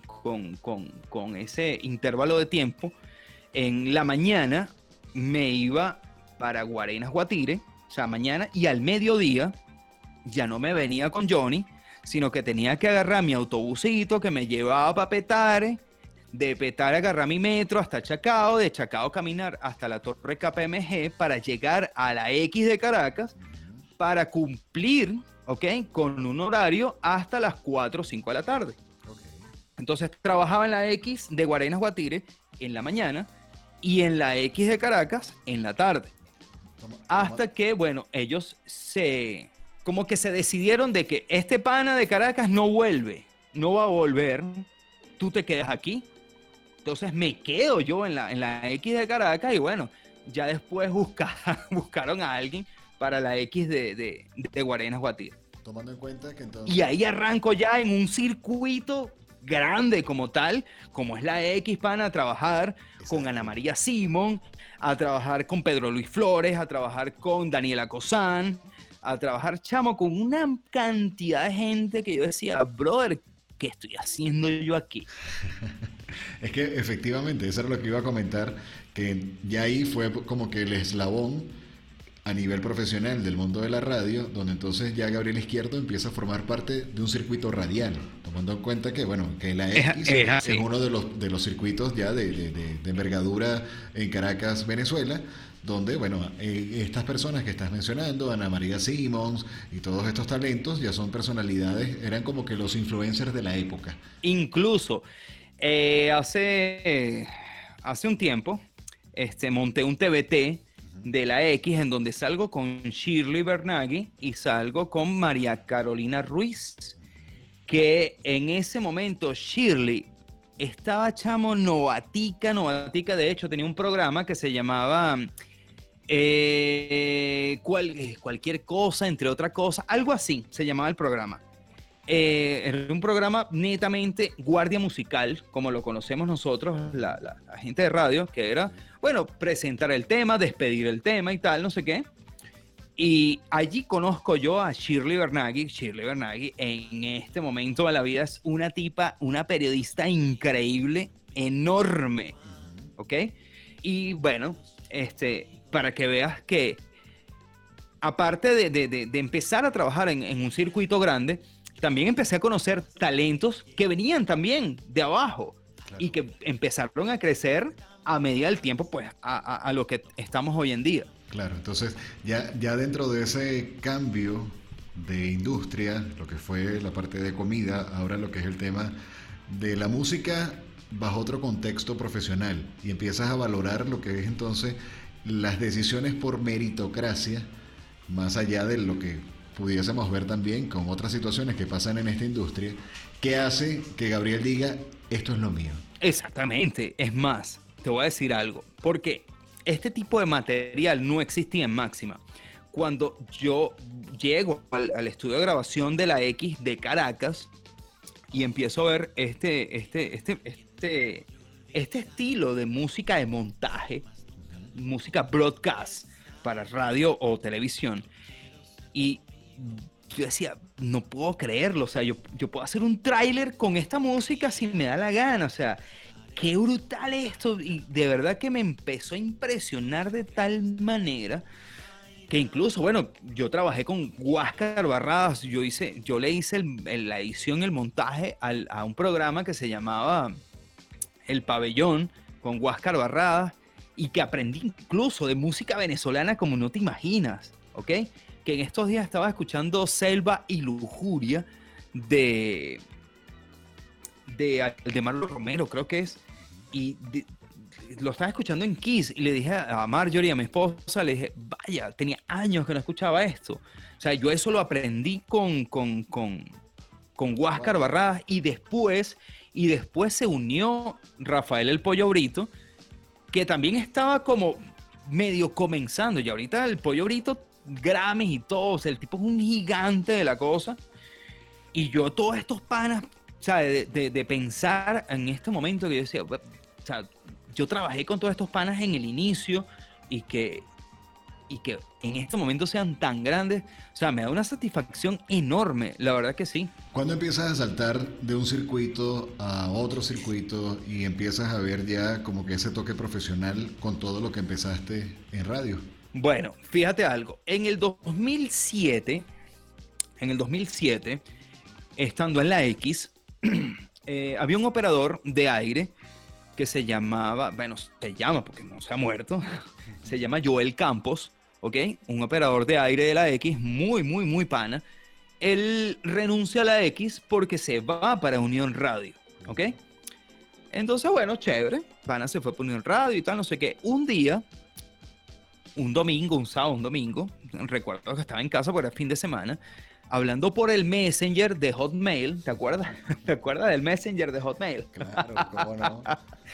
ese intervalo de tiempo. En la mañana me iba para Guarenas Guatire, o sea, mañana, y al mediodía ya no me venía con Johnny, sino que tenía que agarrar mi autobusito que me llevaba para Petare, de Petare agarrar mi metro hasta Chacao, de Chacao caminar hasta la Torre KPMG para llegar a la X de Caracas para cumplir, ¿ok?, con un horario hasta las 4 o 5 de la tarde. Entonces trabajaba en la X de Guarenas Guatire en la mañana y en la X de Caracas en la tarde. Hasta que, bueno, ellos como que se decidieron de que este pana de Caracas no vuelve, no va a volver, tú te quedas aquí. Entonces me quedo yo en la X de Caracas y bueno, ya después buscaron a alguien para la X de Guarenas Guatire. Tomando en cuenta que entonces... Y ahí arranco ya en un circuito grande como tal, como es la X, pana, a trabajar con Ana María Simón, a trabajar con Pedro Luis Flores, a trabajar con Daniela Cosán, a trabajar, chamo, con una cantidad de gente que yo decía, brother, ¿qué estoy haciendo yo aquí? Es que efectivamente, eso era lo que iba a comentar, que ya ahí fue como que el eslabón a nivel profesional del mundo de la radio, donde entonces ya Gabriel Izquierdo empieza a formar parte de un circuito radial, tomando en cuenta que, bueno, que la X es uno de los circuitos ya de envergadura en Caracas, Venezuela, donde, bueno, estas personas que estás mencionando, Ana María Simons y todos estos talentos, ya son personalidades, eran como que los influencers de la época. Incluso, hace un tiempo, monté un TBT de la X en donde salgo con Shirley Bernaghi y salgo con María Carolina Ruiz, que en ese momento Shirley estaba, chamo, novatica, de hecho tenía un programa que se llamaba cualquier cosa, entre otras cosas, algo así se llamaba el programa. Era un programa netamente guardia musical, como lo conocemos nosotros, la gente de radio, que era, bueno, presentar el tema, despedir el tema y tal, no sé qué. Y allí conozco yo a Shirley Bernaghi. Shirley Bernaghi en este momento de la vida es una tipa, una periodista increíble, enorme, ¿ok? Y bueno, para que veas que aparte de empezar a trabajar en un circuito grande, también empecé a conocer talentos que venían también de abajo, claro, y que empezaron a crecer a medida del tiempo, pues, a lo que estamos hoy en día. Claro, entonces ya dentro de ese cambio de industria, lo que fue la parte de comida, ahora lo que es el tema de la música bajo otro contexto profesional, y empiezas a valorar lo que es entonces las decisiones por meritocracia, más allá de lo que pudiésemos ver también con otras situaciones que pasan en esta industria, que hace que Gabriel diga, esto es lo mío. Exactamente. Es más, te voy a decir algo, porque este tipo de material no existía en Máxima. Cuando yo llego al estudio de grabación de la X de Caracas y empiezo a ver este estilo de música de montaje, música broadcast para radio o televisión, y yo decía, no puedo creerlo, o sea, yo puedo hacer un tráiler con esta música si me da la gana, o sea, qué brutal esto, y de verdad que me empezó a impresionar de tal manera que incluso, bueno, yo trabajé con Huáscar Barradas, yo le hice la edición, el montaje a un programa que se llamaba El Pabellón con Huáscar Barradas, y que aprendí incluso de música venezolana como no te imaginas, ¿ok? Que en estos días estaba escuchando Selva y Lujuria de Marlo Romero, creo que es, y lo estaba escuchando en Kiss, y le dije a Marjorie, a mi esposa, le dije, vaya, tenía años que no escuchaba esto. O sea, yo eso lo aprendí con Huáscar Barradas, y después se unió Rafael El Pollo Brito, que también estaba como medio comenzando, y ahorita el Pollo Brito, Grammys y todo, o sea, el tipo es un gigante de la cosa, y yo todos estos panas, o sea, de pensar en este momento que yo decía, o sea, yo trabajé con todos estos panas en el inicio, y que en este momento sean tan grandes, o sea, me da una satisfacción enorme, la verdad que sí. ¿Cuándo empiezas a saltar de un circuito a otro circuito y empiezas a ver ya como que ese toque profesional con todo lo que empezaste en radio? Bueno, fíjate algo, en el 2007 en el 2007, estando en la X, había un operador de aire que se llamaba, bueno, se llama porque no se ha muerto, se llama Joel Campos, ¿ok? Un operador de aire de la X, muy, muy, muy pana. Él renuncia a la X porque se va para Unión Radio, ¿ok? Entonces, bueno, chévere, pana se fue para Unión Radio y tal, no sé qué. Un día, un domingo, un sábado, un domingo, recuerdo que estaba en casa porque era fin de semana, hablando por el Messenger de Hotmail, ¿te acuerdas? ¿Te acuerdas del Messenger de Hotmail? Claro, cómo no.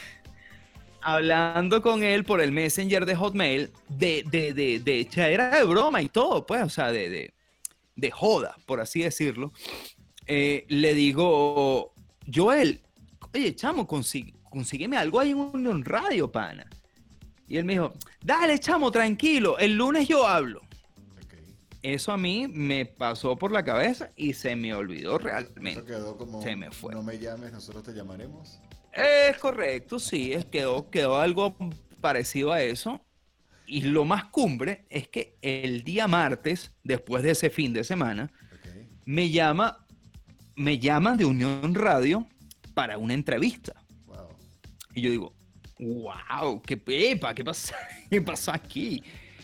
Hablando con él por el Messenger de Hotmail, de era de broma y todo, pues, o sea, de joda, por así decirlo. Le digo, Joel, oye, chamo, consígueme algo ahí en Unión Radio, pana. Y él me dijo, dale, chamo, tranquilo, el lunes yo hablo. Eso a mí me pasó por la cabeza y se me olvidó realmente. Eso quedó como, se me fue. No me llames, nosotros te llamaremos. Es correcto, sí, quedó algo parecido a eso. Y lo más cumbre es que el día martes, después de ese fin de semana, me llaman de Unión Radio para una entrevista. Wow. Y yo digo, wow, qué pepa, ¿qué pasa aquí?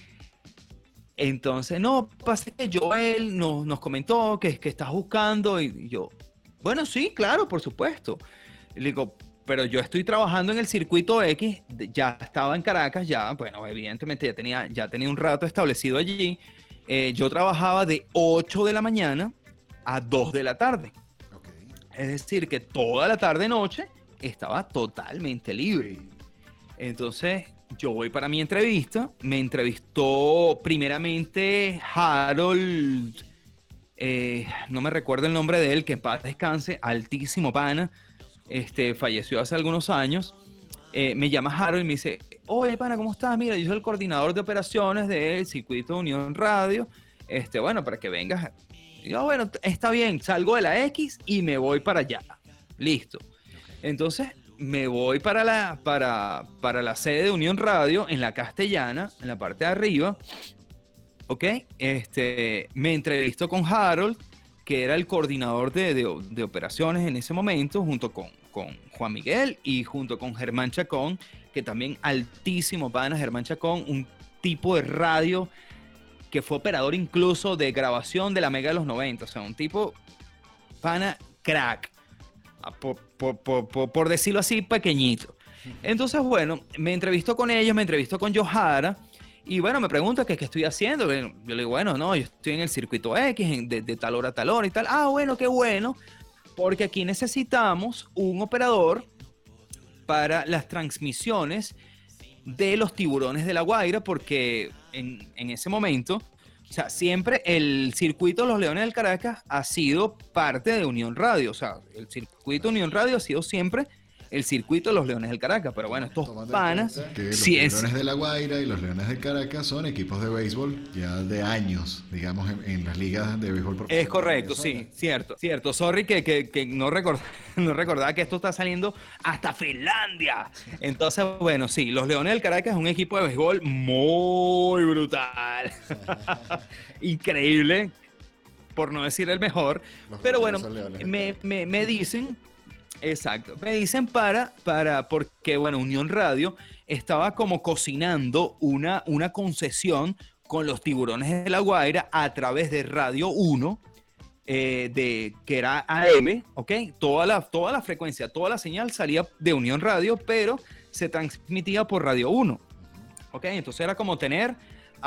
Entonces, no, pasa que Joel nos comentó que estás buscando y yo, bueno, sí, claro, por supuesto. Y le digo, pero yo estoy trabajando en el circuito X, ya estaba en Caracas, ya, bueno, evidentemente ya tenía un rato establecido allí. Yo trabajaba de 8 de la mañana a 2 de la tarde. Okay. Es decir, que toda la tarde-noche estaba totalmente libre. Entonces, yo voy para mi entrevista. Me entrevistó primeramente Harold, no me recuerdo el nombre de él, que en paz descanse, altísimo pana. Falleció hace algunos años. Me llama Harold y me dice, oye, pana, ¿cómo estás? Mira, yo soy el coordinador de operaciones del circuito de Unión Radio. Bueno, para que vengas. Y yo, bueno, está bien, salgo de la X y me voy para allá. Listo. Entonces, me voy para la sede de Unión Radio, en la Castellana, en la parte de arriba. ¿Ok? Me entrevisto con Harold, que era el coordinador de operaciones en ese momento, junto con Juan Miguel y junto con Germán Chacón, que también altísimo pana, Germán Chacón, un tipo de radio que fue operador incluso de grabación de la Mega de los 90, o sea, un tipo pana crack, por decirlo así, pequeñito. Entonces, bueno, me entrevisto con ellos, me entrevisto con Johara. Y bueno, me pregunta qué estoy haciendo. Yo le digo, bueno, no, yo estoy en el circuito X, de tal hora a tal hora y tal. Ah, bueno, qué bueno, porque aquí necesitamos un operador para las transmisiones de los Tiburones de La Guaira, porque en ese momento, o sea, siempre el circuito de los Leones del Caracas ha sido parte de Unión Radio. O sea, el circuito de Unión Radio ha sido siempre el circuito de los Leones del Caracas, pero bueno, estos panas... Que los Tiburones de La Guaira y los Leones del Caracas son equipos de béisbol ya de años, digamos, en las ligas de béisbol profesional. Es correcto, sí, cierto. Sorry que no recordaba que esto está saliendo hasta Finlandia. Entonces, bueno, sí, los Leones del Caracas es un equipo de béisbol muy brutal. Increíble, por no decir el mejor. Pero bueno, me dicen... Exacto. Me dicen porque, bueno, Unión Radio estaba como cocinando una concesión con los Tiburones de La Guaira a través de Radio 1, que era AM, ¿ok? Toda la frecuencia, toda la señal salía de Unión Radio, pero se transmitía por Radio 1, ¿ok? Entonces era como tener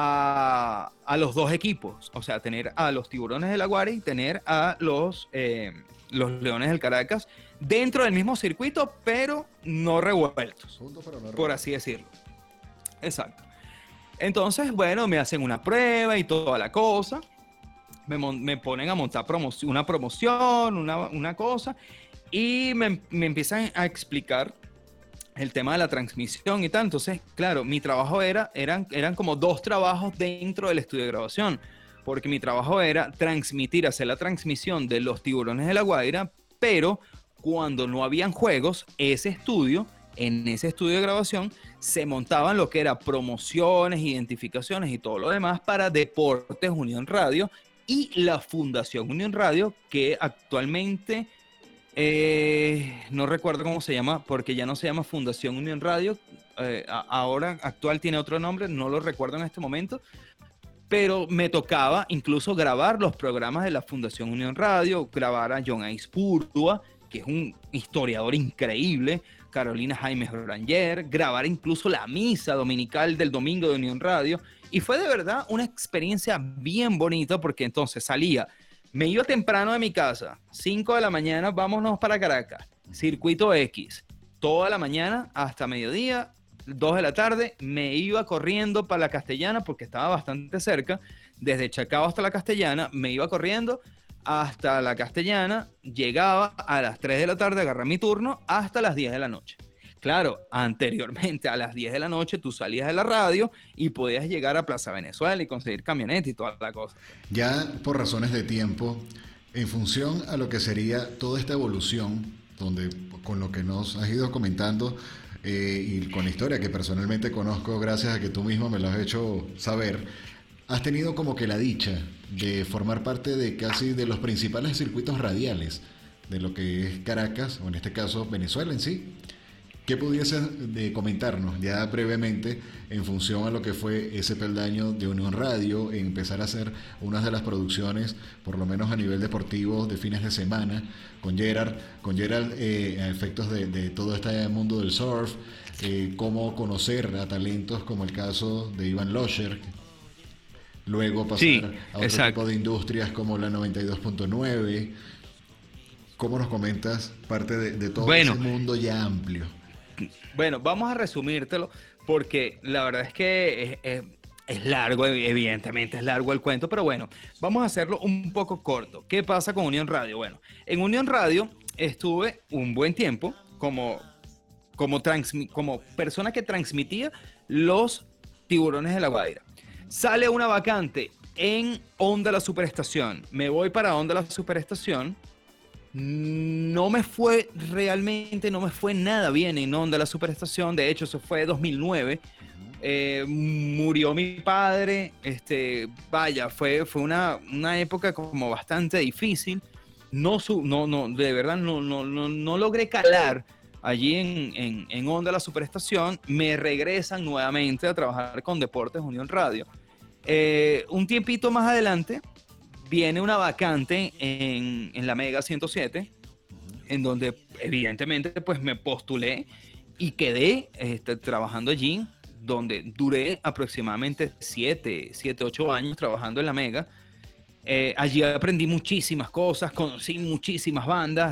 a los dos equipos, o sea, tener a los Tiburones de La Guaira y tener a los Leones del Caracas dentro del mismo circuito, pero no revueltos, por así decirlo. Exacto. Entonces, bueno, me hacen una prueba y toda la cosa. Me ponen a montar una promoción, una cosa, y me empiezan a explicar el tema de la transmisión y tal. Entonces, claro, mi trabajo eran como dos trabajos dentro del estudio de grabación, porque mi trabajo era hacer la transmisión de los Tiburones de La Guaira, pero cuando no habían juegos, en ese estudio de grabación se montaban lo que era promociones, identificaciones y todo lo demás para Deportes Unión Radio y la Fundación Unión Radio, que actualmente no recuerdo cómo se llama, porque ya no se llama Fundación Unión Radio, ahora actual tiene otro nombre, no lo recuerdo en este momento, pero me tocaba incluso grabar los programas de la Fundación Unión Radio, grabar a John Aispurtua, que es un historiador increíble, Carolina Jaime Ranger, grabar incluso la misa dominical del domingo de Unión Radio, y fue de verdad una experiencia bien bonita, porque entonces me iba temprano de mi casa, 5 de la mañana, vámonos para Caracas, Circuito X, toda la mañana hasta mediodía, 2 de la tarde, me iba corriendo para la Castellana, porque estaba bastante cerca, desde Chacao hasta la Castellana, me iba corriendo hasta la Castellana, llegaba a las 3 de la tarde, agarré mi turno, hasta las 10 de la noche. Claro, anteriormente a las 10 de la noche tú salías de la radio y podías llegar a Plaza Venezuela y conseguir camioneta y toda la cosa. Ya por razones de tiempo, en función a lo que sería toda esta evolución, donde con lo que nos has ido comentando y con la historia que personalmente conozco gracias a que tú mismo me lo has hecho saber, has tenido como que la dicha de formar parte de casi de los principales circuitos radiales de lo que es Caracas, o en este caso Venezuela en sí. ¿Qué pudieses de comentarnos ya brevemente en función a lo que fue ese peldaño de Unión Radio, empezar a hacer unas de las producciones, por lo menos a nivel deportivo, de fines de semana, con Gerard a efectos de todo este mundo del surf, cómo conocer a talentos como el caso de Iván Losher, luego pasar a otro tipo de industrias como la 92.9? ¿Cómo nos comentas parte de todo ese mundo ya amplio? Bueno, vamos a resumírtelo porque la verdad es que es largo, evidentemente es largo el cuento, pero bueno, vamos a hacerlo un poco corto. ¿Qué pasa con Unión Radio? Bueno, en Unión Radio estuve un buen tiempo como persona que transmitía los Tiburones de La Guaira. Sale una vacante en Onda La Superestación. Me voy para Onda La Superestación. No me fue nada bien en Onda La Superestación. De hecho, eso fue 2009. Murió mi padre. Fue una época como bastante difícil. De verdad no logré calar allí en Onda La Superestación. Me regresan nuevamente a trabajar con Deportes Unión Radio. Un tiempito más adelante viene una vacante en la Mega 107, en donde evidentemente pues me postulé y quedé trabajando allí, donde duré aproximadamente 8 años trabajando en la Mega. Allí aprendí muchísimas cosas, conocí muchísimas bandas.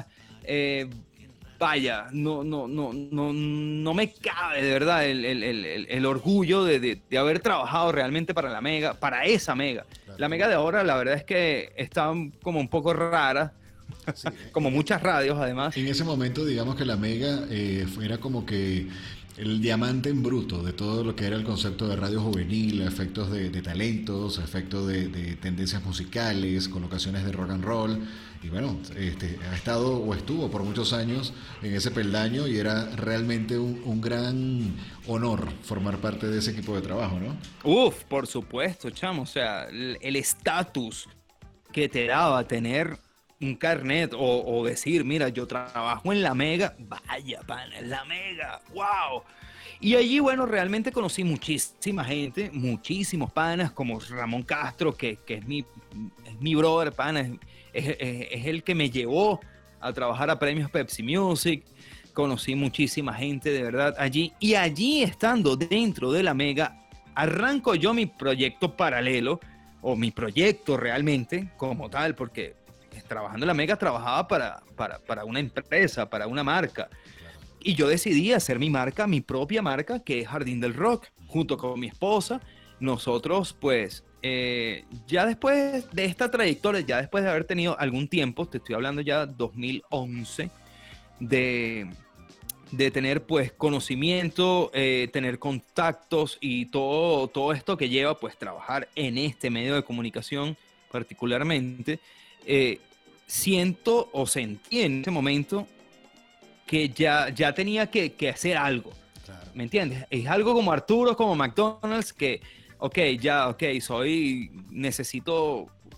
No me cabe de verdad el orgullo de haber trabajado realmente para la Mega, para esa Mega. Claro. La Mega de ahora, la verdad es que está como un poco rara, sí, como muchas radios además. En ese momento, digamos que la Mega era como que el diamante en bruto de todo lo que era el concepto de radio juvenil, efectos de talentos, efectos de tendencias musicales, colocaciones de rock and roll. Y bueno, ha estado o estuvo por muchos años en ese peldaño y era realmente un gran honor formar parte de ese equipo de trabajo, ¿no? Uf, por supuesto, chamo. O sea, el estatus que te daba tener un carnet o decir, mira, yo trabajo en la Mega, vaya, pana, en la Mega, wow. Y allí, bueno, realmente conocí muchísima gente, muchísimos panas, como Ramón Castro, que es mi brother, pana, es el que me llevó a trabajar a Premios Pepsi Music. Conocí muchísima gente, de verdad, allí. Y allí, estando dentro de la Mega, arranco yo mi proyecto paralelo, o mi proyecto realmente, como tal, porque trabajando en la Mega trabajaba para una empresa, para una marca. Y yo decidí hacer mi marca, mi propia marca, que es Jardín del Rock, junto con mi esposa. Nosotros, pues, ya después de esta trayectoria, ya después de haber tenido algún tiempo, te estoy hablando ya 2011, de tener, pues, conocimiento, tener contactos y todo esto que lleva, pues, trabajar en este medio de comunicación particularmente, siento o sentí en ese momento que ya tenía que hacer algo. Claro. ¿Me entiendes? Es algo como Arturo, como McDonald's, que, necesito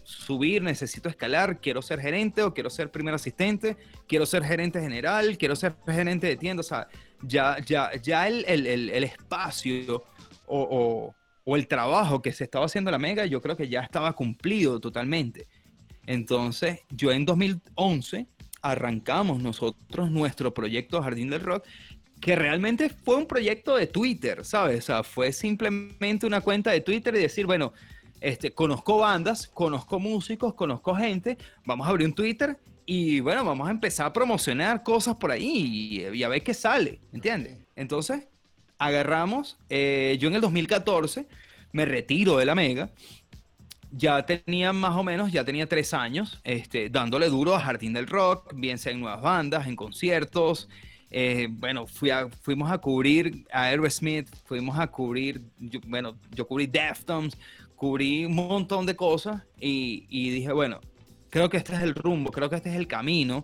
subir, necesito escalar, quiero ser gerente o quiero ser primer asistente, quiero ser gerente general, quiero ser gerente de tienda. O sea, ya el espacio o el trabajo que se estaba haciendo en la Mega, yo creo que ya estaba cumplido totalmente. Entonces, yo en 2011 arrancamos nosotros nuestro proyecto Jardín del Rock, que realmente fue un proyecto de Twitter, ¿sabes? O sea, fue simplemente una cuenta de Twitter y decir, bueno, conozco bandas, conozco músicos, conozco gente, vamos a abrir un Twitter y bueno, vamos a empezar a promocionar cosas por ahí y a ver qué sale, ¿entiendes? Entonces, agarramos, yo en el 2014 me retiro de la Mega, ya tenía más o menos, ya tenía 3 años dándole duro a Jardín del Rock, bien sea en nuevas bandas, en conciertos. Bueno, fuimos a cubrir a Aerosmith, fuimos a cubrir, yo cubrí Deftones, cubrí un montón de cosas y dije, bueno, creo que este es el rumbo, creo que este es el camino.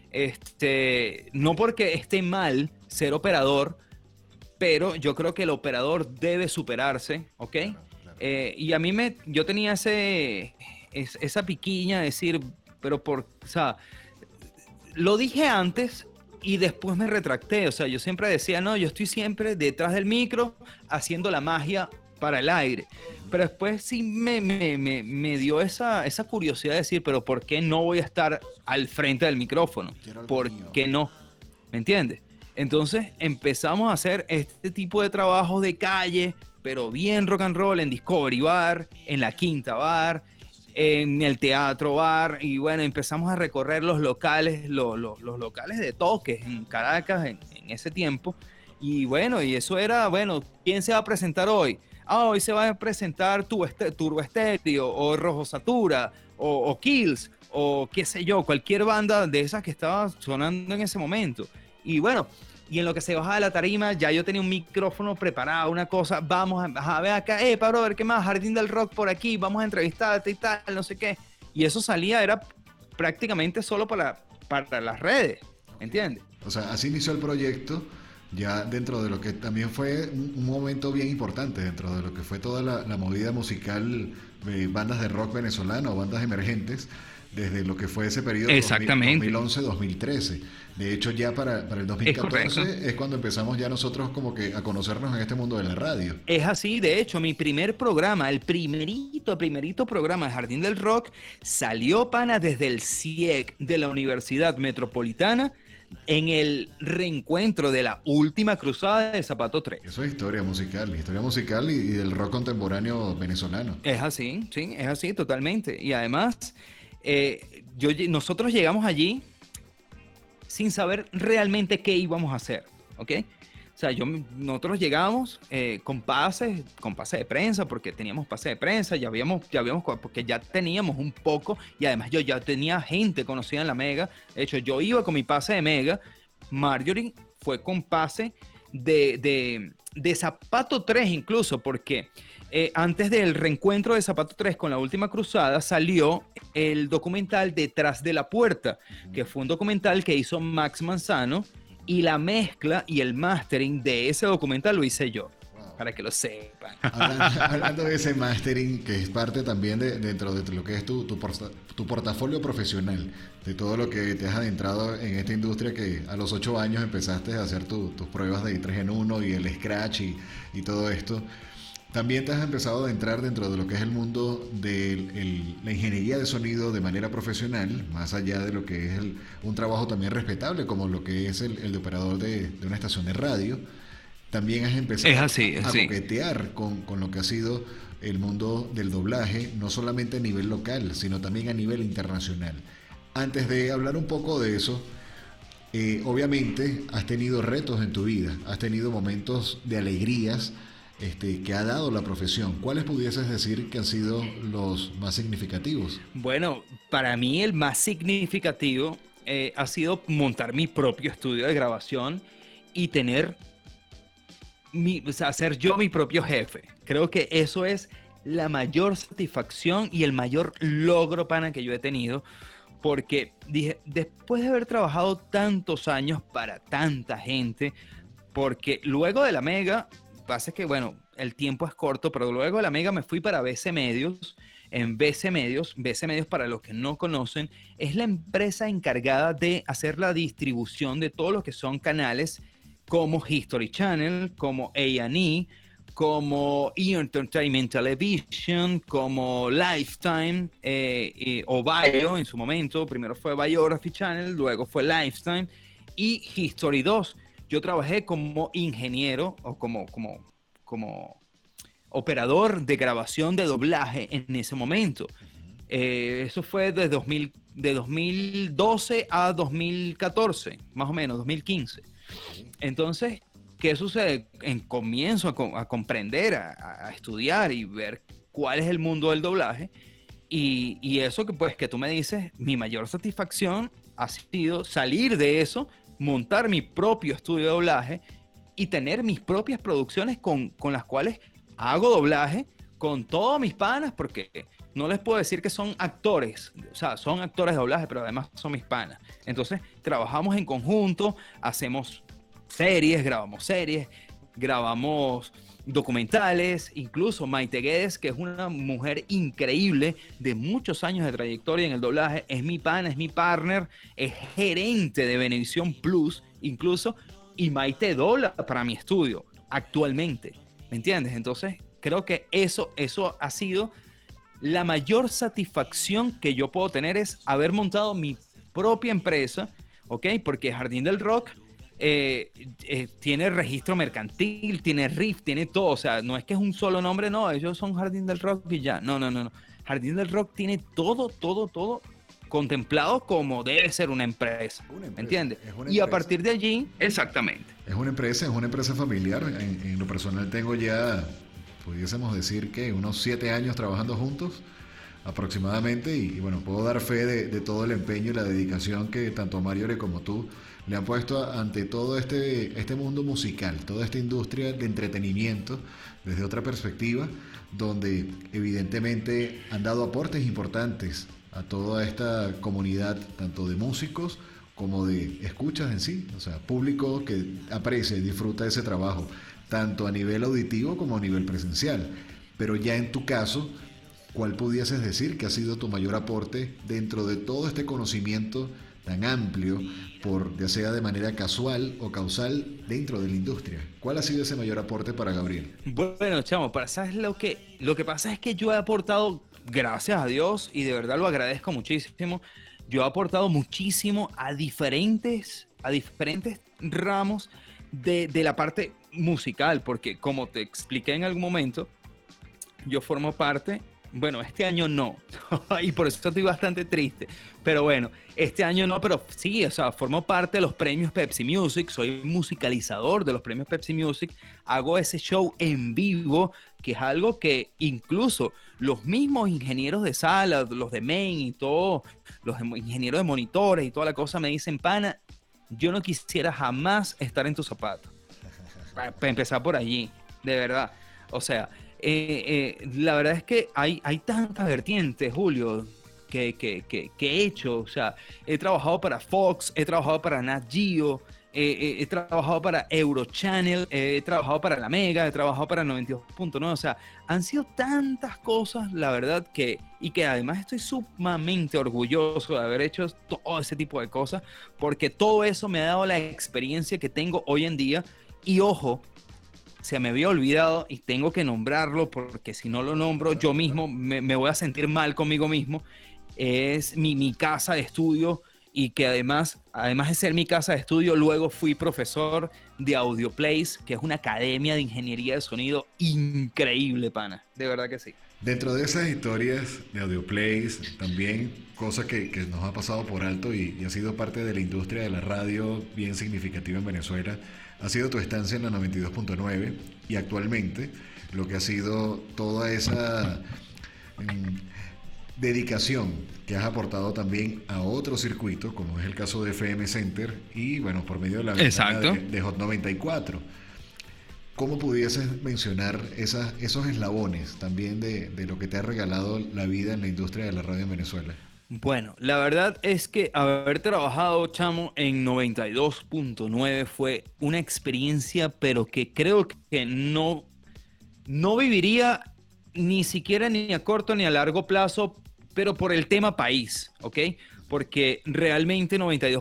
No porque esté mal ser operador, pero yo creo que el operador debe superarse, ¿ok? Y a mí yo tenía esa piquiña de decir, pero o sea, lo dije antes y después me retracté. O sea, yo siempre decía, no, yo estoy siempre detrás del micro haciendo la magia para el aire. Pero después sí me dio esa curiosidad de decir, pero ¿por qué no voy a estar al frente del micrófono? ¿Por qué no? ¿Me entiendes? Entonces empezamos a hacer este tipo de trabajos de calle, pero bien rock and roll, en Discovery Bar, en La Quinta Bar, en el Teatro Bar, y bueno, empezamos a recorrer los locales, los locales de toques en Caracas en ese tiempo, y bueno, y eso era, bueno, ¿quién se va a presentar hoy? Hoy se va a presentar Turbo Estéreo, o Rojo Satura, o Kills, o qué sé yo, cualquier banda de esas que estaba sonando en ese momento, y bueno, y en lo que se bajaba de la tarima, ya yo tenía un micrófono preparado, una cosa, vamos a ver acá, Pablo, a ver qué más, Jardín del Rock por aquí, vamos a entrevistarte y tal, no sé qué. Y eso salía, era prácticamente solo para las redes, ¿entiendes? O sea, así inició el proyecto, ya dentro de lo que también fue un momento bien importante, dentro de lo que fue toda la movida musical de bandas de rock venezolano o bandas emergentes, desde lo que fue ese periodo 2011-2013. De hecho, ya para el 2014 es cuando empezamos ya nosotros como que a conocernos en este mundo de la radio. Es así, de hecho, mi primer programa, el primerito programa de Jardín del Rock, salió, pana, desde el CIEC de la Universidad Metropolitana, en el reencuentro de la última cruzada de Zapato 3. Eso es historia musical y del rock contemporáneo venezolano. Es así, sí, es así, totalmente. Y además, nosotros llegamos allí sin saber realmente qué íbamos a hacer, ¿ok? O sea, nosotros llegamos con pase de prensa, porque teníamos pase de prensa, porque ya teníamos un poco, y además yo ya tenía gente conocida en la Mega. De hecho, yo iba con mi pase de Mega, Marjorie fue con pase de Zapato 3 incluso, porque antes del reencuentro de Zapato 3 con la última cruzada salió el documental Detrás de la Puerta, que fue un documental que hizo Max Manzano, y la mezcla y el mastering de ese documental lo hice yo, para que lo sepan. Hablando de ese mastering, que es parte también dentro de lo que es tu portafolio profesional, de todo lo que te has adentrado en esta industria, que a los 8 años empezaste a hacer tus pruebas de 3 en 1 y el scratch y todo esto. También te has empezado a adentrar dentro de lo que es el mundo de la ingeniería de sonido de manera profesional, más allá de lo que es un trabajo también respetable, como lo que es el de operador de una estación de radio. También has empezado a coquetear con lo que ha sido el mundo del doblaje, no solamente a nivel local, sino también a nivel internacional. Antes de hablar un poco de eso, obviamente has tenido retos en tu vida, has tenido momentos de alegrías que ha dado la profesión. ¿Cuáles pudieses decir que han sido los más significativos? Bueno, para mí el más significativo ha sido montar mi propio estudio de grabación y ser yo mi propio jefe. Creo que eso es la mayor satisfacción y el mayor logro, pana, que yo he tenido, porque dije, después de haber trabajado tantos años para tanta gente, porque luego de la Mega, pasa que, bueno, el tiempo es corto, pero luego de la Mega me fui para BC Medios, en BC Medios. BC Medios, para los que no conocen, es la empresa encargada de hacer la distribución de todo lo que son canales como History Channel, como A&E, como Entertainment Television, como Lifetime, o Bio en su momento. Primero fue Biography Channel, luego fue Lifetime y History 2. Yo trabajé como ingeniero o como operador de grabación de doblaje en ese momento. Eso fue de 2012 a 2014, más o menos, 2015. Entonces, ¿qué sucede? Comienzo a comprender, a estudiar y ver cuál es el mundo del doblaje. Y eso que tú me dices, mi mayor satisfacción ha sido salir de eso, montar mi propio estudio de doblaje y tener mis propias producciones con las cuales hago doblaje con todos mis panas, porque no les puedo decir que son actores, o sea, son actores de doblaje, pero además son mis panas. Entonces, trabajamos en conjunto, hacemos grabamos documentales, incluso Maite Guedes, que es una mujer increíble de muchos años de trayectoria en el doblaje, es mi pana, es mi partner, es gerente de Venevisión Plus, incluso, y Maite dobla para mi estudio actualmente, ¿me entiendes? Entonces, creo que eso ha sido la mayor satisfacción que yo puedo tener, es haber montado mi propia empresa, ¿ok? Porque Jardín del Rock tiene registro mercantil, tiene RIF, tiene todo. O sea, no es que es un solo nombre, no, ellos son Jardín del Rock y ya. No. Jardín del Rock tiene todo contemplado como debe ser una empresa. ¿Me entiendes? Y a partir de allí, exactamente. Es una empresa familiar. En lo personal tengo ya, pudiésemos decir que unos 7 años trabajando juntos aproximadamente, y bueno, puedo dar fe de todo el empeño y la dedicación que tanto Marjorie como tú le han puesto ante todo este mundo musical, toda esta industria de entretenimiento desde otra perspectiva, donde evidentemente han dado aportes importantes a toda esta comunidad, tanto de músicos como de escuchas en sí, o sea, público que aprecia y disfruta ese trabajo, tanto a nivel auditivo como a nivel presencial. Pero ya en tu caso, ¿cuál pudieses decir que ha sido tu mayor aporte dentro de todo este conocimiento tan amplio, ya sea de manera casual o causal, dentro de la industria? ¿Cuál ha sido ese mayor aporte para Gabriel? Bueno, chamo, ¿sabes lo que pasa? Es que yo he aportado, gracias a Dios, y de verdad lo agradezco muchísimo, yo he aportado muchísimo a diferentes ramos de la parte musical, porque como te expliqué en algún momento, yo formo parte. Bueno, este año no, y por eso estoy bastante triste, pero bueno, este año no, pero sí, o sea, formo parte de los premios Pepsi Music, soy musicalizador de los premios Pepsi Music, hago ese show en vivo, que es algo que incluso los mismos ingenieros de sala, los de main y todos, los ingenieros de monitores y toda la cosa me dicen, pana, yo no quisiera jamás estar en tus zapatos, para empezar por allí, de verdad, o sea, la verdad es que hay tantas vertientes, Julio, que he hecho. O sea, he trabajado para Fox, he trabajado para Nat Geo, he trabajado para Eurochannel, he trabajado para La Mega, he trabajado para 92.9. O sea, han sido tantas cosas, la verdad, y que además estoy sumamente orgulloso de haber hecho todo ese tipo de cosas, porque todo eso me ha dado la experiencia que tengo hoy en día. Y ojo, se me había olvidado y tengo que nombrarlo, porque si no lo nombro yo mismo me voy a sentir mal conmigo mismo. Es mi casa de estudio, y que además de ser mi casa de estudio, luego fui profesor de AudioPlace, que es una academia de ingeniería de sonido increíble, pana, de verdad que sí. Dentro de esas historias de AudioPlace, también cosa que nos ha pasado por alto y ha sido parte de la industria de la radio bien significativa en Venezuela, ha sido tu estancia en la 92.9, y actualmente lo que ha sido toda esa dedicación que has aportado también a otro circuito, como es el caso de FM Center, y bueno, por medio de la ventana de Hot 94. ¿Cómo pudieses mencionar esos eslabones también de lo que te ha regalado la vida en la industria de la radio en Venezuela? Bueno, la verdad es que haber trabajado, chamo, en 92.9 fue una experiencia, pero que creo que no viviría ni siquiera ni a corto ni a largo plazo, pero por el tema país, ¿ok? Porque realmente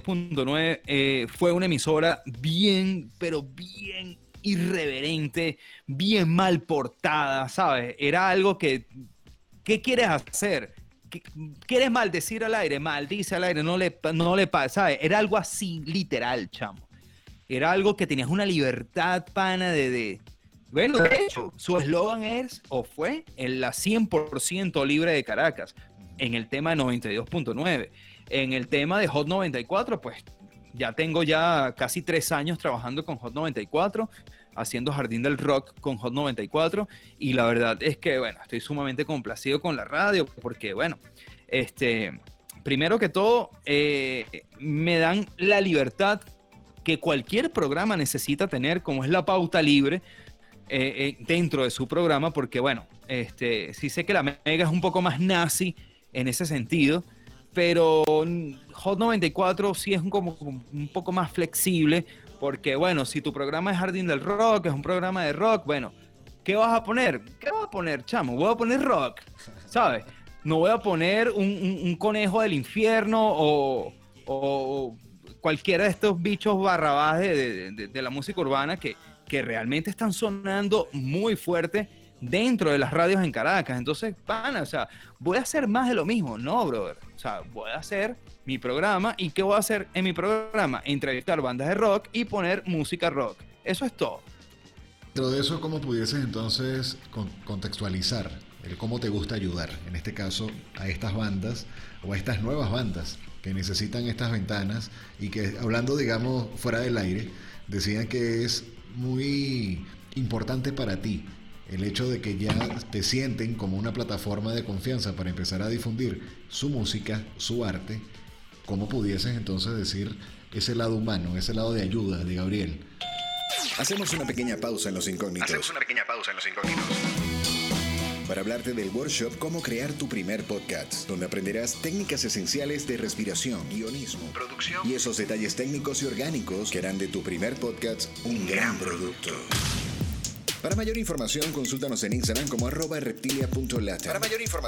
92.9 fue una emisora bien, pero bien irreverente, bien mal portada, ¿sabes? Era algo que, ¿qué quieres hacer? ¿Quieres maldecir al aire? Maldice al aire, no le pasa, ¿sabes? Era algo así, literal, chamo. Era algo que tenías una libertad, pana, Bueno, de hecho, su eslogan es, o fue, en la 100% libre de Caracas, en el tema de 92.9. En el tema de Hot 94, pues ya tengo casi 3 años trabajando con Hot 94, haciendo Jardín del Rock con Hot 94, y la verdad es que, bueno, estoy sumamente complacido con la radio, porque, bueno, primero que todo, me dan la libertad que cualquier programa necesita tener, como es la pauta libre, dentro de su programa, porque, bueno, sí sé que la Mega es un poco más nazi en ese sentido, pero Hot 94 sí es como un poco más flexible, porque, bueno, si tu programa es Jardín del Rock, es un programa de rock, bueno, ¿qué vas a poner? ¿Qué vas a poner, chamo? Voy a poner rock, ¿sabes? No voy a poner un conejo del infierno o cualquiera de estos bichos barrabás de la música urbana que realmente están sonando muy fuerte dentro de las radios en Caracas. Entonces, pana, o sea, voy a hacer más de lo mismo. No, brother. O sea, voy a hacer mi programa. ¿Y qué voy a hacer en mi programa? Entrevistar bandas de rock y poner música rock. Eso es todo. Dentro de eso, ¿cómo pudieses entonces contextualizar el cómo te gusta ayudar? En este caso, a estas bandas o a estas nuevas bandas que necesitan estas ventanas y que, hablando, digamos, fuera del aire, decían que es muy importante para ti el hecho de que ya te sienten como una plataforma de confianza para empezar a difundir su música, su arte. ¿Cómo pudieses entonces decir ese lado humano, ese lado de ayuda de Gabriel? Hacemos una pequeña pausa en los incógnitos. Para hablarte del workshop Cómo crear tu primer podcast, donde aprenderás técnicas esenciales de respiración, guionismo, producción y esos detalles técnicos y orgánicos que harán de tu primer podcast un gran producto. Para mayor información, consúltanos en Instagram como @reptilia.latam.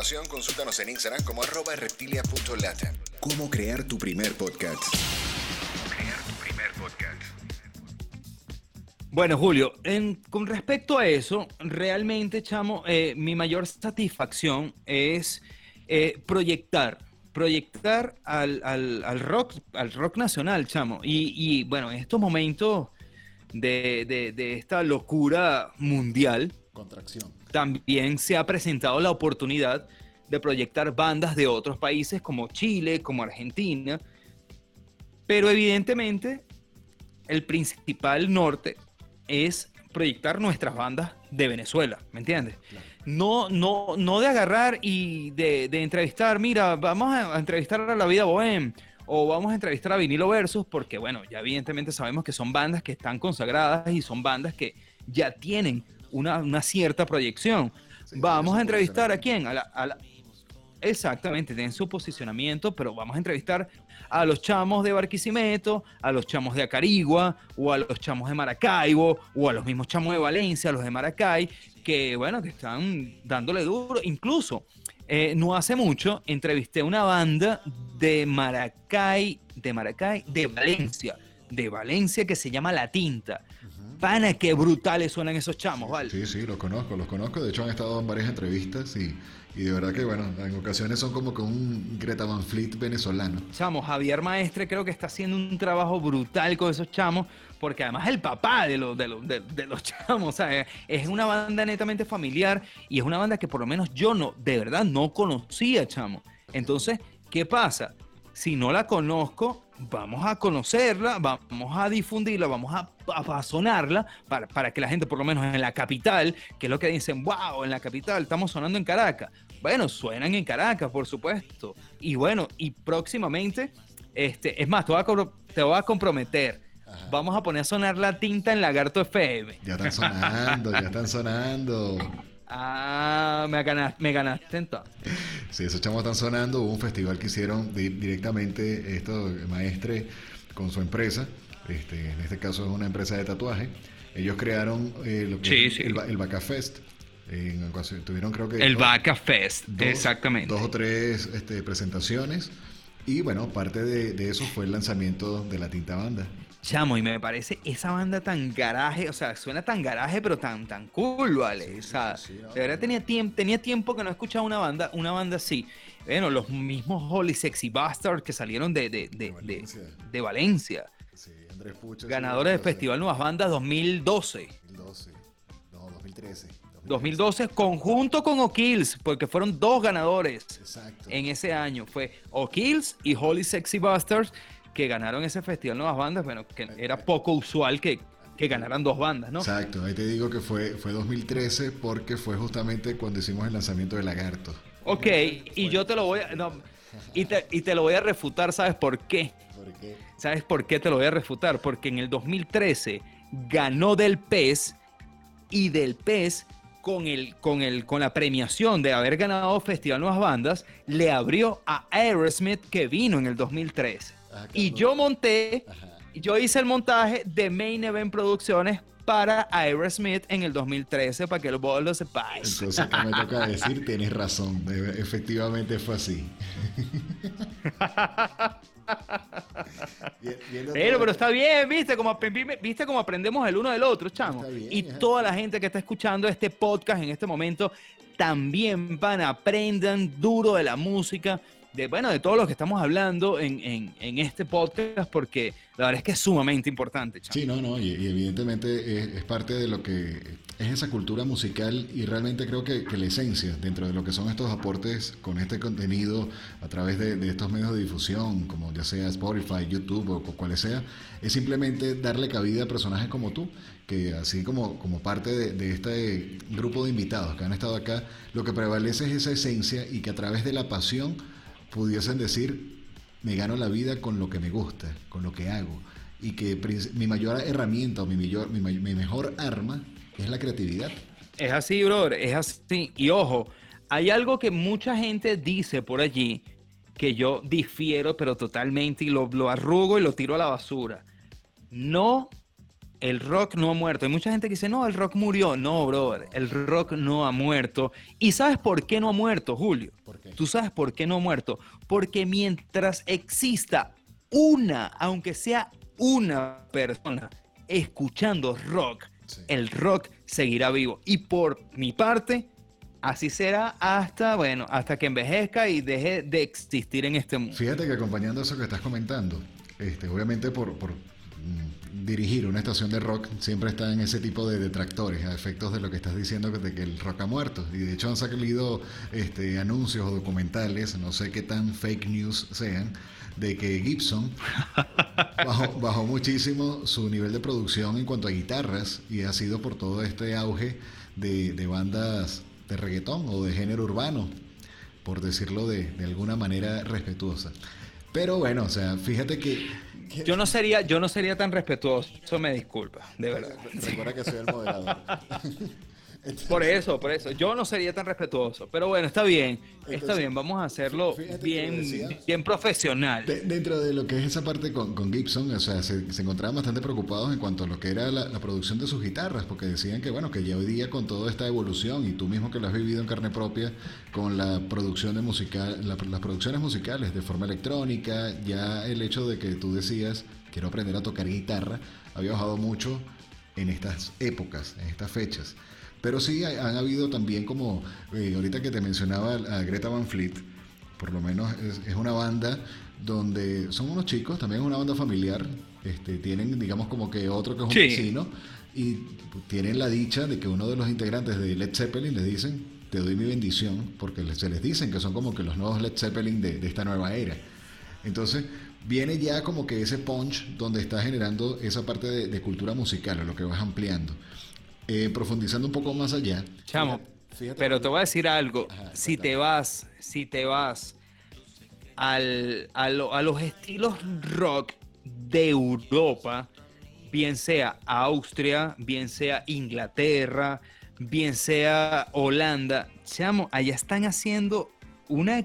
Cómo crear tu primer podcast. Bueno, Julio, con respecto a eso, realmente, chamo, mi mayor satisfacción es proyectar al rock nacional, chamo. Y bueno, en estos momentos de esta locura mundial, contracción, también se ha presentado la oportunidad de proyectar bandas de otros países como Chile, como Argentina, pero evidentemente el principal norte es proyectar nuestras bandas de Venezuela, ¿me entiendes? Claro. No de agarrar y de entrevistar, mira, vamos a entrevistar a La Vida Bohem, o vamos a entrevistar a Vinilo Versus, porque, bueno, ya evidentemente sabemos que son bandas que están consagradas y son bandas que ya tienen una cierta proyección. Sí, vamos a entrevistar a quién, exactamente, tienen su posicionamiento, pero vamos a entrevistar a los chamos de Barquisimeto, a los chamos de Acarigua, o a los chamos de Maracaibo, o a los mismos chamos de Valencia, los de Maracay, que, bueno, que están dándole duro. Incluso, no hace mucho, entrevisté a una banda de Valencia, que se llama La Tinta. Pana, qué brutales suenan esos chamos, ¿vale? Sí, los conozco. De hecho, han estado en varias entrevistas y de verdad que, bueno, en ocasiones son como que un Greta Van Fleet venezolano. Chamo, Javier Maestre creo que está haciendo un trabajo brutal con esos chamos, porque además es el papá de los chamos, o sea, es una banda netamente familiar y es una banda que por lo menos yo de verdad no conocía, chamo. Entonces, ¿qué pasa? Si no la conozco, vamos a conocerla, vamos a difundirla, vamos a sonarla para que la gente, por lo menos en la capital, que es lo que dicen, wow, en la capital, estamos sonando en Caracas. Bueno, suenan en Caracas, por supuesto. Y bueno, y próximamente, es más, te voy a comprometer. Ajá. Vamos a poner a sonar La Tinta en Lagarto FM. Ya están sonando. Ah, me ganaste entonces. Sí, esos chamos están sonando. Hubo un festival que hicieron directamente Maestre con su empresa. En este caso es una empresa de tatuaje. Ellos crearon lo que es el Bacafest. Tuvieron creo que... El Vaca Fest, exactamente. 2 o 3 presentaciones. Y bueno, parte de eso fue el lanzamiento de La Tinta Banda. Chamo, y me parece esa banda tan garaje, o sea, suena tan garaje, pero tan cool, ¿vale? O sea, de verdad tenía tiempo que no escuchaba una banda así. Bueno, los mismos Holy Sexy Bastards que salieron de Valencia. Sí, Andrés Pucho. Ganadores del Festival Nuevas Bandas 2012. 2012, conjunto con O'Kills, porque fueron 2 ganadores. Exacto. En ese año. Fue O'Kills y Holy Sexy Bastards que ganaron ese Festival Nuevas Bandas. Bueno, que era poco usual que ganaran 2 bandas, ¿no? Exacto, ahí te digo que fue 2013 porque fue justamente cuando hicimos el lanzamiento de Lagarto. Ok, y yo te lo voy a... No, y te lo voy a refutar, ¿sabes por qué? ¿Por qué? ¿Sabes por qué te lo voy a refutar? Porque en el 2013 ganó Del Pez, y Del Pez con la premiación de haber ganado Festival Nuevas Bandas, le abrió a Aerosmith, que vino en el 2013. Y yo hice el montaje de Main Event Producciones para Aerosmith en el 2013, para que vos lo sepáis. Entonces, ¿qué me toca decir? Tienes razón, efectivamente fue así. Pero está bien, ¿viste cómo aprendemos el uno del otro, chamo? Bien, y toda la gente que está escuchando este podcast en este momento también aprendan duro de la música, de todo lo que estamos hablando en este podcast, porque la verdad es que es sumamente importante, chamo. Sí, y evidentemente es parte de lo que es esa cultura musical, y realmente creo que la esencia dentro de lo que son estos aportes con este contenido a través de estos medios de difusión, como ya sea Spotify, YouTube o cuales sea, es simplemente darle cabida a personajes como tú, que así como parte de este grupo de invitados que han estado acá, lo que prevalece es esa esencia, y que a través de la pasión pudiesen decir: me gano la vida con lo que me gusta, con lo que hago, y que mi mayor herramienta o mi mejor arma es la creatividad. Es así, brother, es así. Y ojo, hay algo que mucha gente dice por allí que yo difiero, pero totalmente, y lo arrugo y lo tiro a la basura. No, el rock no ha muerto. Hay mucha gente que dice, no, el rock murió. No, brother, el rock no ha muerto. ¿Y sabes por qué no ha muerto, Julio? ¿Por qué? ¿Tú sabes por qué no ha muerto? Porque mientras exista aunque sea una persona escuchando rock, sí, el rock seguirá vivo. Y por mi parte, así será hasta que envejezca y deje de existir en este mundo. Fíjate que acompañando eso que estás comentando, obviamente por dirigir una estación de rock siempre están ese tipo de detractores a efectos de lo que estás diciendo, de que el rock ha muerto, y de hecho han salido anuncios o documentales, no sé qué tan fake news sean, de que Gibson bajó muchísimo su nivel de producción en cuanto a guitarras, y ha sido por todo este auge de bandas de reggaetón o de género urbano, por decirlo de alguna manera respetuosa. Pero bueno, o sea, fíjate que yo no sería tan respetuoso, eso me disculpa, de verdad. Recuerda que soy el moderador. Por eso, yo no sería tan respetuoso, pero bueno, está bien, vamos a hacerlo bien profesional. Dentro de lo que es esa parte con Gibson, o sea, se encontraban bastante preocupados en cuanto a lo que era la producción de sus guitarras, porque decían que bueno, que ya hoy día con toda esta evolución, y tú mismo que lo has vivido en carne propia, con la producción de las producciones musicales de forma electrónica, ya el hecho de que tú decías, quiero aprender a tocar guitarra, había bajado mucho en estas épocas, en estas fechas. Pero sí han habido también, como ahorita que te mencionaba a Greta Van Fleet, por lo menos es una banda donde son unos chicos, también es una banda familiar, tienen digamos como que otro que es un vecino, y tienen la dicha de que uno de los integrantes de Led Zeppelin les dicen, te doy mi bendición, porque se les dicen que son como que los nuevos Led Zeppelin de esta nueva era. Entonces viene ya como que ese punch donde está generando esa parte de cultura musical, a lo que vas ampliando. Profundizando un poco más allá. Chamo, fíjate, pero te voy a decir algo. Ajá, si te vas a los estilos rock de Europa, bien sea Austria, bien sea Inglaterra, bien sea Holanda, chamo, allá están haciendo una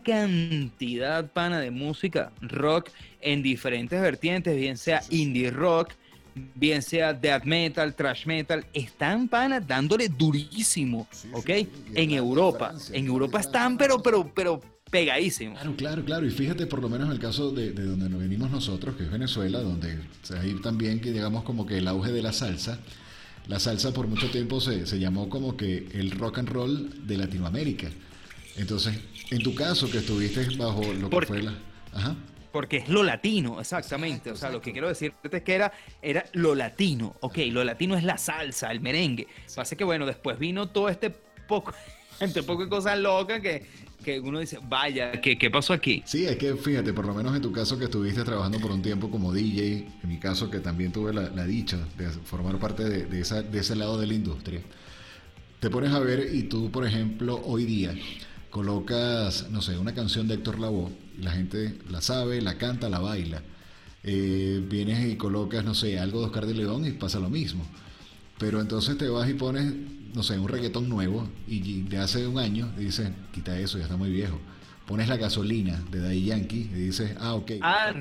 cantidad, pana, de música rock en diferentes vertientes, bien sea indie rock, bien sea death metal, thrash metal, están, pana, dándole durísimo, ¿ok? En Europa. En Europa están, pero pegadísimos. Claro. Y fíjate, por lo menos en el caso de donde nos venimos nosotros, que es Venezuela, donde hay también, que digamos, como que el auge de la salsa. La salsa por mucho tiempo se llamó como que el rock and roll de Latinoamérica. Entonces, en tu caso, que estuviste bajo lo que fue la... Ajá. Porque es lo latino, exactamente. O sea, lo que quiero decirte es que era lo latino. Ok, lo latino es la salsa, el merengue. Pasa que, bueno, después vino todo este poco de cosas locas que uno dice, vaya, ¿qué pasó aquí? Sí, es que fíjate, por lo menos en tu caso que estuviste trabajando por un tiempo como DJ, en mi caso que también tuve la dicha de formar parte de ese lado de la industria, te pones a ver y tú, por ejemplo, hoy día colocas, no sé, una canción de Héctor Lavoe, la gente la sabe, la canta, la baila. Vienes y colocas, no sé, algo de Oscar de León y pasa lo mismo. Pero entonces te vas y pones, no sé, un reggaetón nuevo y de hace un año y dices, quita eso, ya está muy viejo. Pones La Gasolina de Daddy Yankee y dices, ok.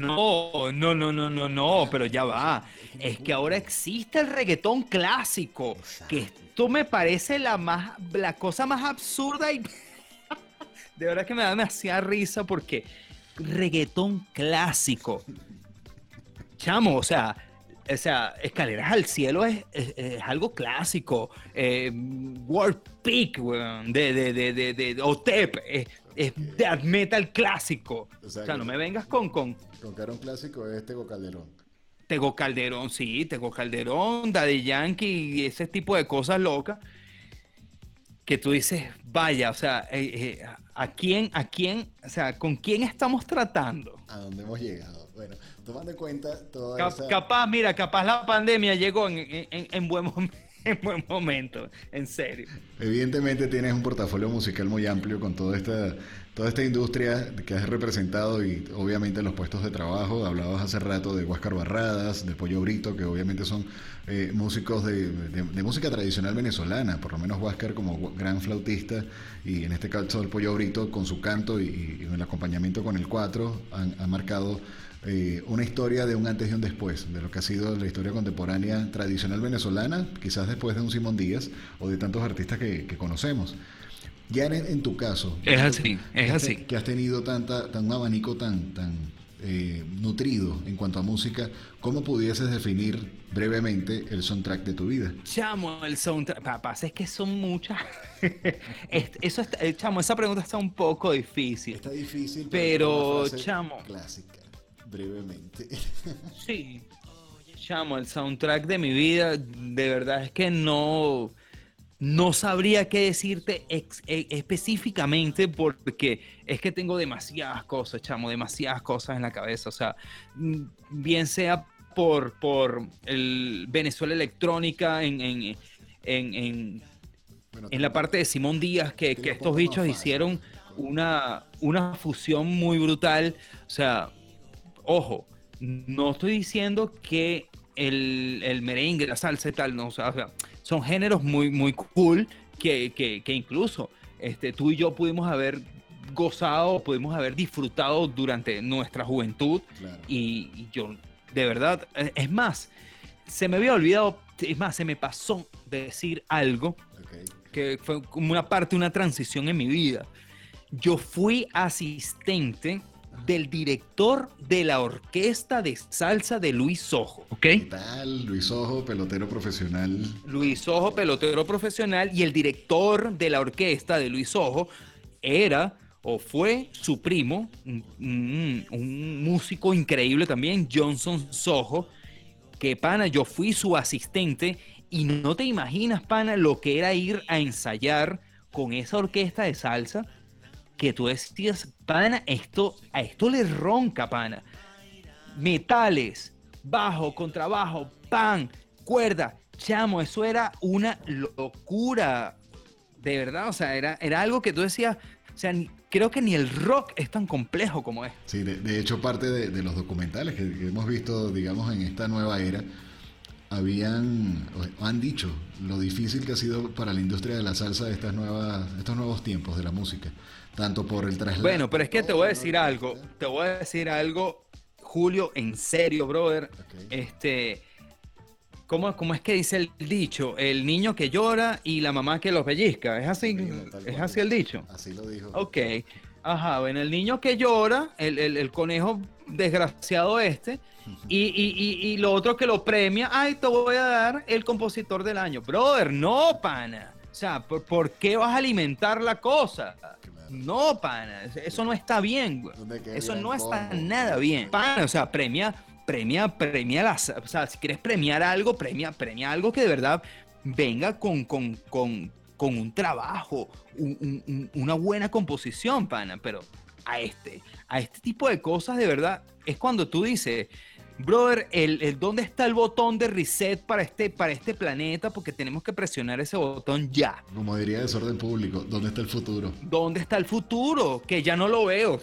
No, pero ya va. Es que ahora existe el reggaetón clásico, que esto me parece la cosa más absurda y... De verdad que me da demasiada risa porque reggaetón clásico. Chamo, o sea, Escaleras al Cielo es algo clásico. World Peak, weón, de Otep, es death metal clásico. O sea, no me vengas con que era un clásico es Tego Calderón. Tego Calderón, Daddy Yankee y ese tipo de cosas locas. Que tú dices, vaya, o sea, ¿a quién, o sea, con quién estamos tratando? ¿A dónde hemos llegado? Bueno, tomando en cuenta toda esa... Capaz la pandemia llegó en buen momento, en serio. Evidentemente tienes un portafolio musical muy amplio con toda esta industria que has representado y obviamente los puestos de trabajo. Hablabas hace rato de Huáscar Barradas, de Pollo Brito, que obviamente son músicos de música tradicional venezolana, por lo menos Huáscar como gran flautista y en este caso el Pollo Brito con su canto y el acompañamiento con el cuatro han marcado una historia de un antes y un después de lo que ha sido la historia contemporánea tradicional venezolana, quizás después de un Simón Díaz o de tantos artistas que conocemos. Ya en tu caso, es así. Que has tenido un abanico tan nutrido en cuanto a música, ¿cómo pudieses definir brevemente el soundtrack de tu vida? Chamo, el soundtrack, papá, es que son muchas. Chamo, esa pregunta está un poco difícil. Está difícil, pero chamo, clásica, brevemente. Sí, chamo, el soundtrack de mi vida, de verdad es que no sabría qué decirte específicamente porque es que tengo demasiadas cosas, chamo, demasiadas cosas en la cabeza. O sea, bien sea por el Venezuela Electrónica en la parte de Simón Díaz, que estos bichos hicieron una fusión muy brutal. O sea, ojo, no estoy diciendo que el merengue, la salsa y tal, no, o sea, son géneros muy, muy cool que incluso tú y yo pudimos haber gozado, pudimos haber disfrutado durante nuestra juventud. Claro. Y yo, de verdad, es más, se me había olvidado, es más, se me pasó de decir algo que fue como una transición en mi vida. Yo fui asistente del director de la orquesta de salsa de Luis Sojo, ¿ok? ¿Qué tal? Luis Sojo, pelotero profesional. Luis Sojo, pelotero profesional, y el director de la orquesta de Luis Sojo era o fue su primo, un músico increíble también, Johnson Sojo, que, pana, yo fui su asistente y no te imaginas, pana, lo que era ir a ensayar con esa orquesta de salsa, que tú decías, pana, a esto le ronca, pana. Metales, bajo, contrabajo, pan, cuerda, chamo, eso era una locura, de verdad. O sea, era algo que tú decías, o sea, creo que ni el rock es tan complejo como es. Sí, de hecho, parte de los documentales que hemos visto, digamos, en esta nueva era, han dicho lo difícil que ha sido para la industria de la salsa estos nuevos tiempos de la música, tanto por el traslado. Bueno, pero es que te voy a decir algo, Julio, en serio, brother. Okay. ¿Cómo es que dice el dicho? El niño que llora y la mamá que los pellizca. ¿Es así? ¿Es así el dicho? Así lo dijo. Ok. Ajá, bueno, el niño que llora, el conejo desgraciado y lo otro que lo premia, ay, te voy a dar el compositor del año. Brother, no, pana. O sea, ¿por qué vas a alimentar la cosa? No, pana, eso no está bien, güey. Eso no está nada bien. Pana, o sea, premia o sea, si quieres premiar algo, premia algo que de verdad venga con un trabajo, una buena composición, pana. Pero a este tipo de cosas de verdad es cuando tú dices, brother, ¿dónde está el botón de reset para este planeta? Porque tenemos que presionar ese botón ya. Como diría Desorden Público, ¿dónde está el futuro? ¿Dónde está el futuro? Que ya no lo veo.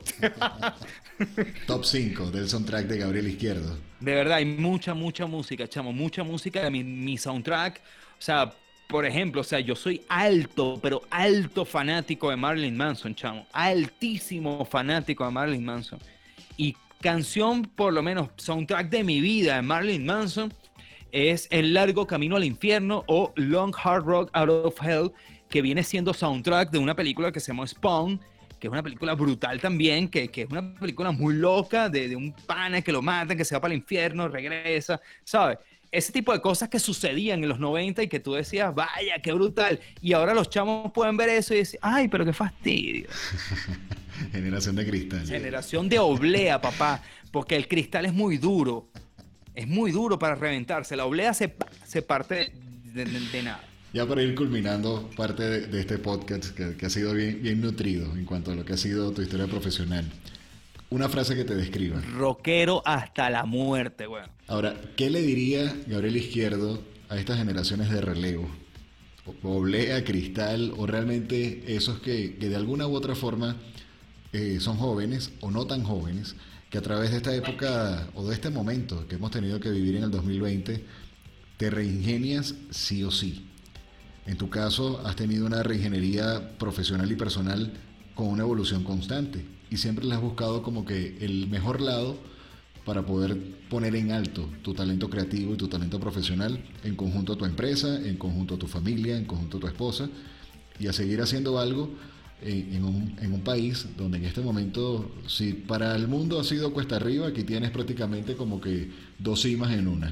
Top 5 del soundtrack de Gabriel Izquierdo. De verdad, hay mucha música, chamo. Mucha música. Mi soundtrack, o sea, por ejemplo, o sea, yo soy pero alto fanático de Marilyn Manson, chamo. Altísimo fanático de Marilyn Manson. Y canción, por lo menos, soundtrack de mi vida de Marilyn Manson es El largo camino al infierno o Long Hard Rock Out of Hell, que viene siendo soundtrack de una película que se llama Spawn, que es una película brutal también, que es una película muy loca de un pana que lo matan, que se va para el infierno, regresa, ¿sabes? Ese tipo de cosas que sucedían en los 90 y que tú decías, vaya, qué brutal. Y ahora los chamos pueden ver eso y decir, ay, pero qué fastidio. Generación de cristal. Generación de oblea, papá, porque el cristal es muy duro. Es muy duro para reventarse. La oblea se parte de nada. Ya para ir culminando parte de este podcast que ha sido bien nutrido en cuanto a lo que ha sido tu historia profesional. Una frase que te describa. Rockero hasta la muerte, güey. Ahora, ¿qué le diría Gabriel Izquierdo a estas generaciones de relevo? Oblea, cristal, o realmente esos que de alguna u otra forma son jóvenes o no tan jóvenes, que a través de esta época o de este momento que hemos tenido que vivir en el 2020, te reingenias sí o sí. En tu caso, has tenido una reingeniería profesional y personal con una evolución constante y siempre le has buscado como que el mejor lado para poder poner en alto tu talento creativo y tu talento profesional en conjunto a tu empresa, en conjunto a tu familia, en conjunto a tu esposa, y a seguir haciendo algo en un país donde en este momento, si para el mundo ha sido cuesta arriba, aquí tienes prácticamente como que dos cimas en una.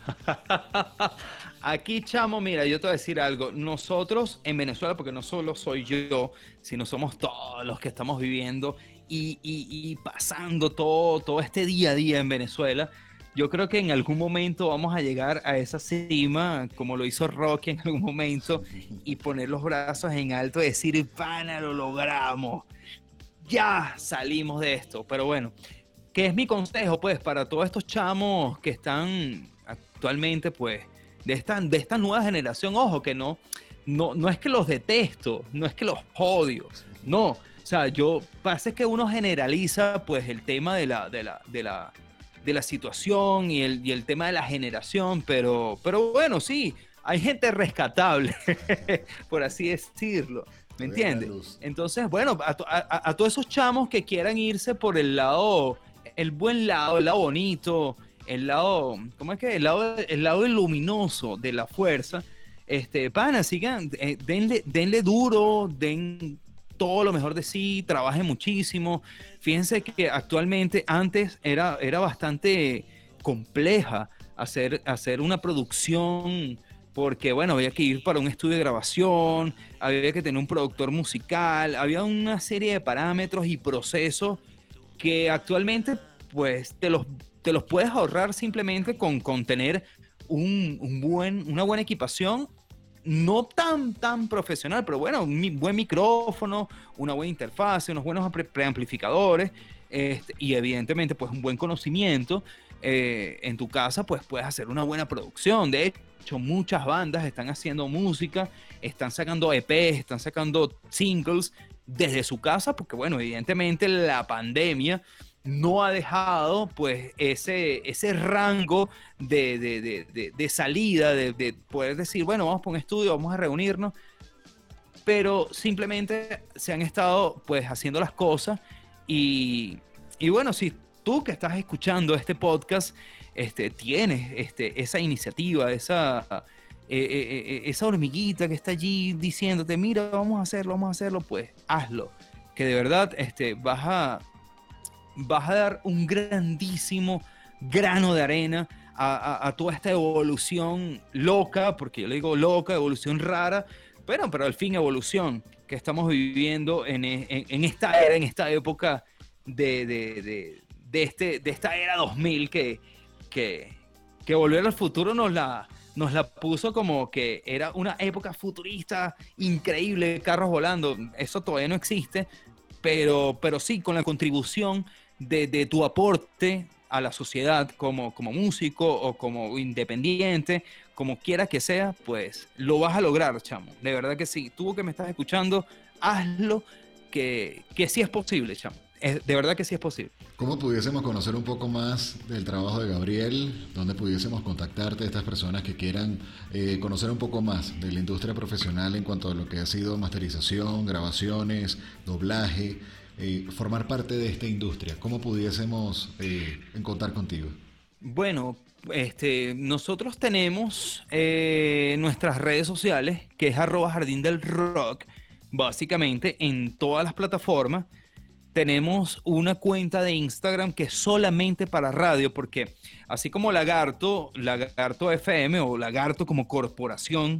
Aquí, chamo, mira, yo te voy a decir algo. Nosotros en Venezuela, porque no solo soy yo, sino somos todos los que estamos viviendo y pasando todo este día a día en Venezuela, yo creo que en algún momento vamos a llegar a esa cima, como lo hizo Rocky en algún momento, y poner los brazos en alto y decir, pana, lo logramos, ya salimos de esto. Pero bueno, ¿qué es mi consejo? Pues para todos estos chamos que están actualmente, pues, de esta nueva generación, ojo, que no es que los detesto, no es que los odio, no. O sea, pasa que uno generaliza, pues, el tema de la situación y el tema de la generación, pero bueno, sí, hay gente rescatable, por así decirlo, ¿me entiendes? Entonces, bueno, a todos esos chamos que quieran irse por el buen lado, el lado bonito, el lado, ¿cómo es que? El lado luminoso de la fuerza, pana, sigan, denle duro, den todo lo mejor de sí, trabajen muchísimo. Fíjense que actualmente, antes era bastante compleja hacer una producción, porque bueno, había que ir para un estudio de grabación, había que tener un productor musical, había una serie de parámetros y procesos que actualmente pues te los puedes ahorrar simplemente con tener una buena equipación, no tan profesional, pero bueno, un buen micrófono, una buena interfaz, unos buenos preamplificadores, y evidentemente pues un buen conocimiento. En tu casa pues puedes hacer una buena producción. De hecho, muchas bandas están haciendo música, están sacando EPs, están sacando singles desde su casa, porque bueno, evidentemente la pandemia no ha dejado pues ese rango de salida, de poder decir, bueno, vamos por un estudio, vamos a reunirnos, pero simplemente se han estado pues haciendo las cosas y bueno, si tú que estás escuchando este podcast, tienes esa iniciativa, esa hormiguita que está allí diciéndote, mira, vamos a hacerlo, pues hazlo. Que de verdad vas a dar un grandísimo grano de arena a toda esta evolución loca, porque yo le digo loca, evolución rara, pero al fin evolución que estamos viviendo en esta era, en esta época de esta era 2000 que Volver al Futuro nos la puso como que era una época futurista increíble, carros volando. Eso todavía no existe, pero sí, con la contribución de tu aporte a la sociedad como músico o como independiente, como quiera que sea, pues lo vas a lograr, chamo. De verdad que sí. Tú que me estás escuchando, hazlo, que sí es posible, chamo. De verdad que sí es posible. ¿Cómo pudiésemos conocer un poco más del trabajo de Gabriel? ¿Dónde pudiésemos contactarte, estas personas que quieran conocer un poco más de la industria profesional en cuanto a lo que ha sido masterización, grabaciones, doblaje, formar parte de esta industria? ¿Cómo pudiésemos contar contigo? Bueno, nosotros tenemos nuestras redes sociales, que es @JardinDelRock, básicamente en todas las plataformas. Tenemos una cuenta de Instagram que es solamente para radio, porque así como Lagarto FM o Lagarto como corporación,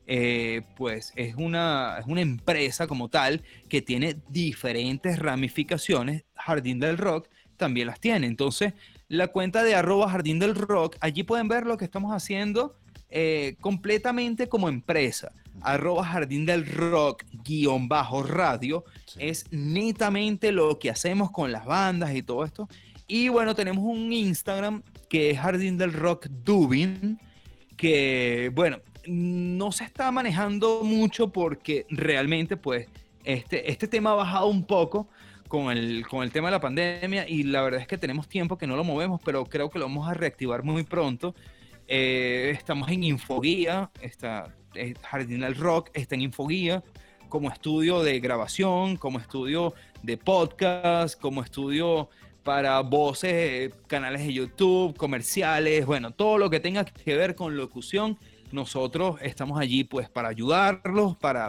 pues es una empresa como tal que tiene diferentes ramificaciones. Jardín del Rock también las tiene. Entonces, la cuenta de @Jardín del Rock, allí pueden ver lo que estamos haciendo completamente como empresa. @Jardín del Rock _radio, sí. Es netamente lo que hacemos con las bandas y todo esto. Y bueno, tenemos un Instagram que es Jardín del Rock Dubin, que bueno, no se está manejando mucho porque realmente pues este tema ha bajado un poco con el tema de la pandemia, y la verdad es que tenemos tiempo que no lo movemos, pero creo que lo vamos a reactivar muy pronto. Estamos en Infoguía, Jardín del Rock está en Infoguía como estudio de grabación, como estudio de podcast, como estudio para voces, canales de YouTube, comerciales, bueno, todo lo que tenga que ver con locución. Nosotros estamos allí pues para ayudarlos, para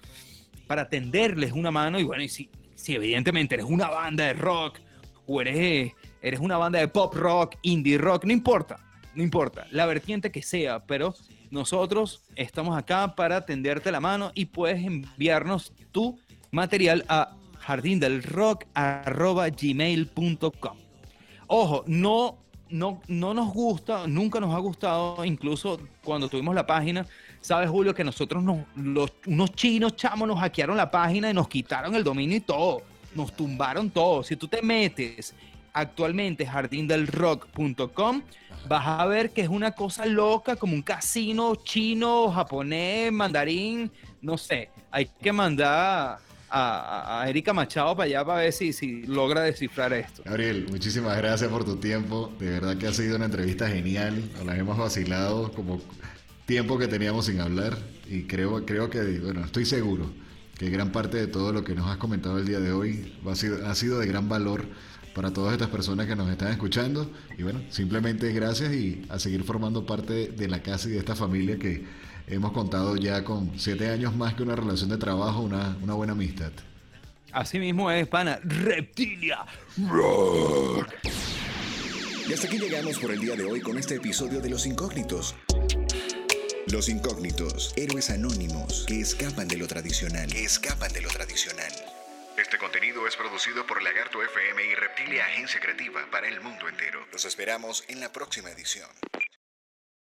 tenderles una mano. Y bueno, y si evidentemente eres una banda de rock o eres una banda de pop rock, indie rock, no importa, la vertiente que sea, pero nosotros estamos acá para tenderte la mano, y puedes enviarnos tu material a jardindelrock@gmail.com. Ojo, no nos gusta, nunca nos ha gustado, incluso cuando tuvimos la página, sabes, Julio, que nosotros unos chinos, chamos, nos hackearon la página y nos quitaron el dominio y todo, nos tumbaron todo. Si tú te metes actualmente jardindelrock.com, vas a ver que es una cosa loca, como un casino chino, japonés, mandarín, no sé. Hay que mandar a Erika Machado para allá para ver si logra descifrar esto. Gabriel, muchísimas gracias por tu tiempo. De verdad que ha sido una entrevista genial. Nos hemos vacilado como tiempo que teníamos sin hablar, y creo que, bueno, estoy seguro que gran parte de todo lo que nos has comentado el día de hoy ha sido de gran valor para todas estas personas que nos están escuchando. Y bueno, simplemente gracias, y a seguir formando parte de la casa y de esta familia que hemos contado ya con 7 años más que una relación de trabajo, una buena amistad. Así mismo es, pana. Reptilia Rock. Y hasta aquí llegamos por el día de hoy con este episodio de Los Incógnitos. Los Incógnitos, héroes anónimos que escapan de lo tradicional. Este contenido es producido por Lagarto FM y Reptilia Agencia Creativa para el mundo entero. Los esperamos en la próxima edición.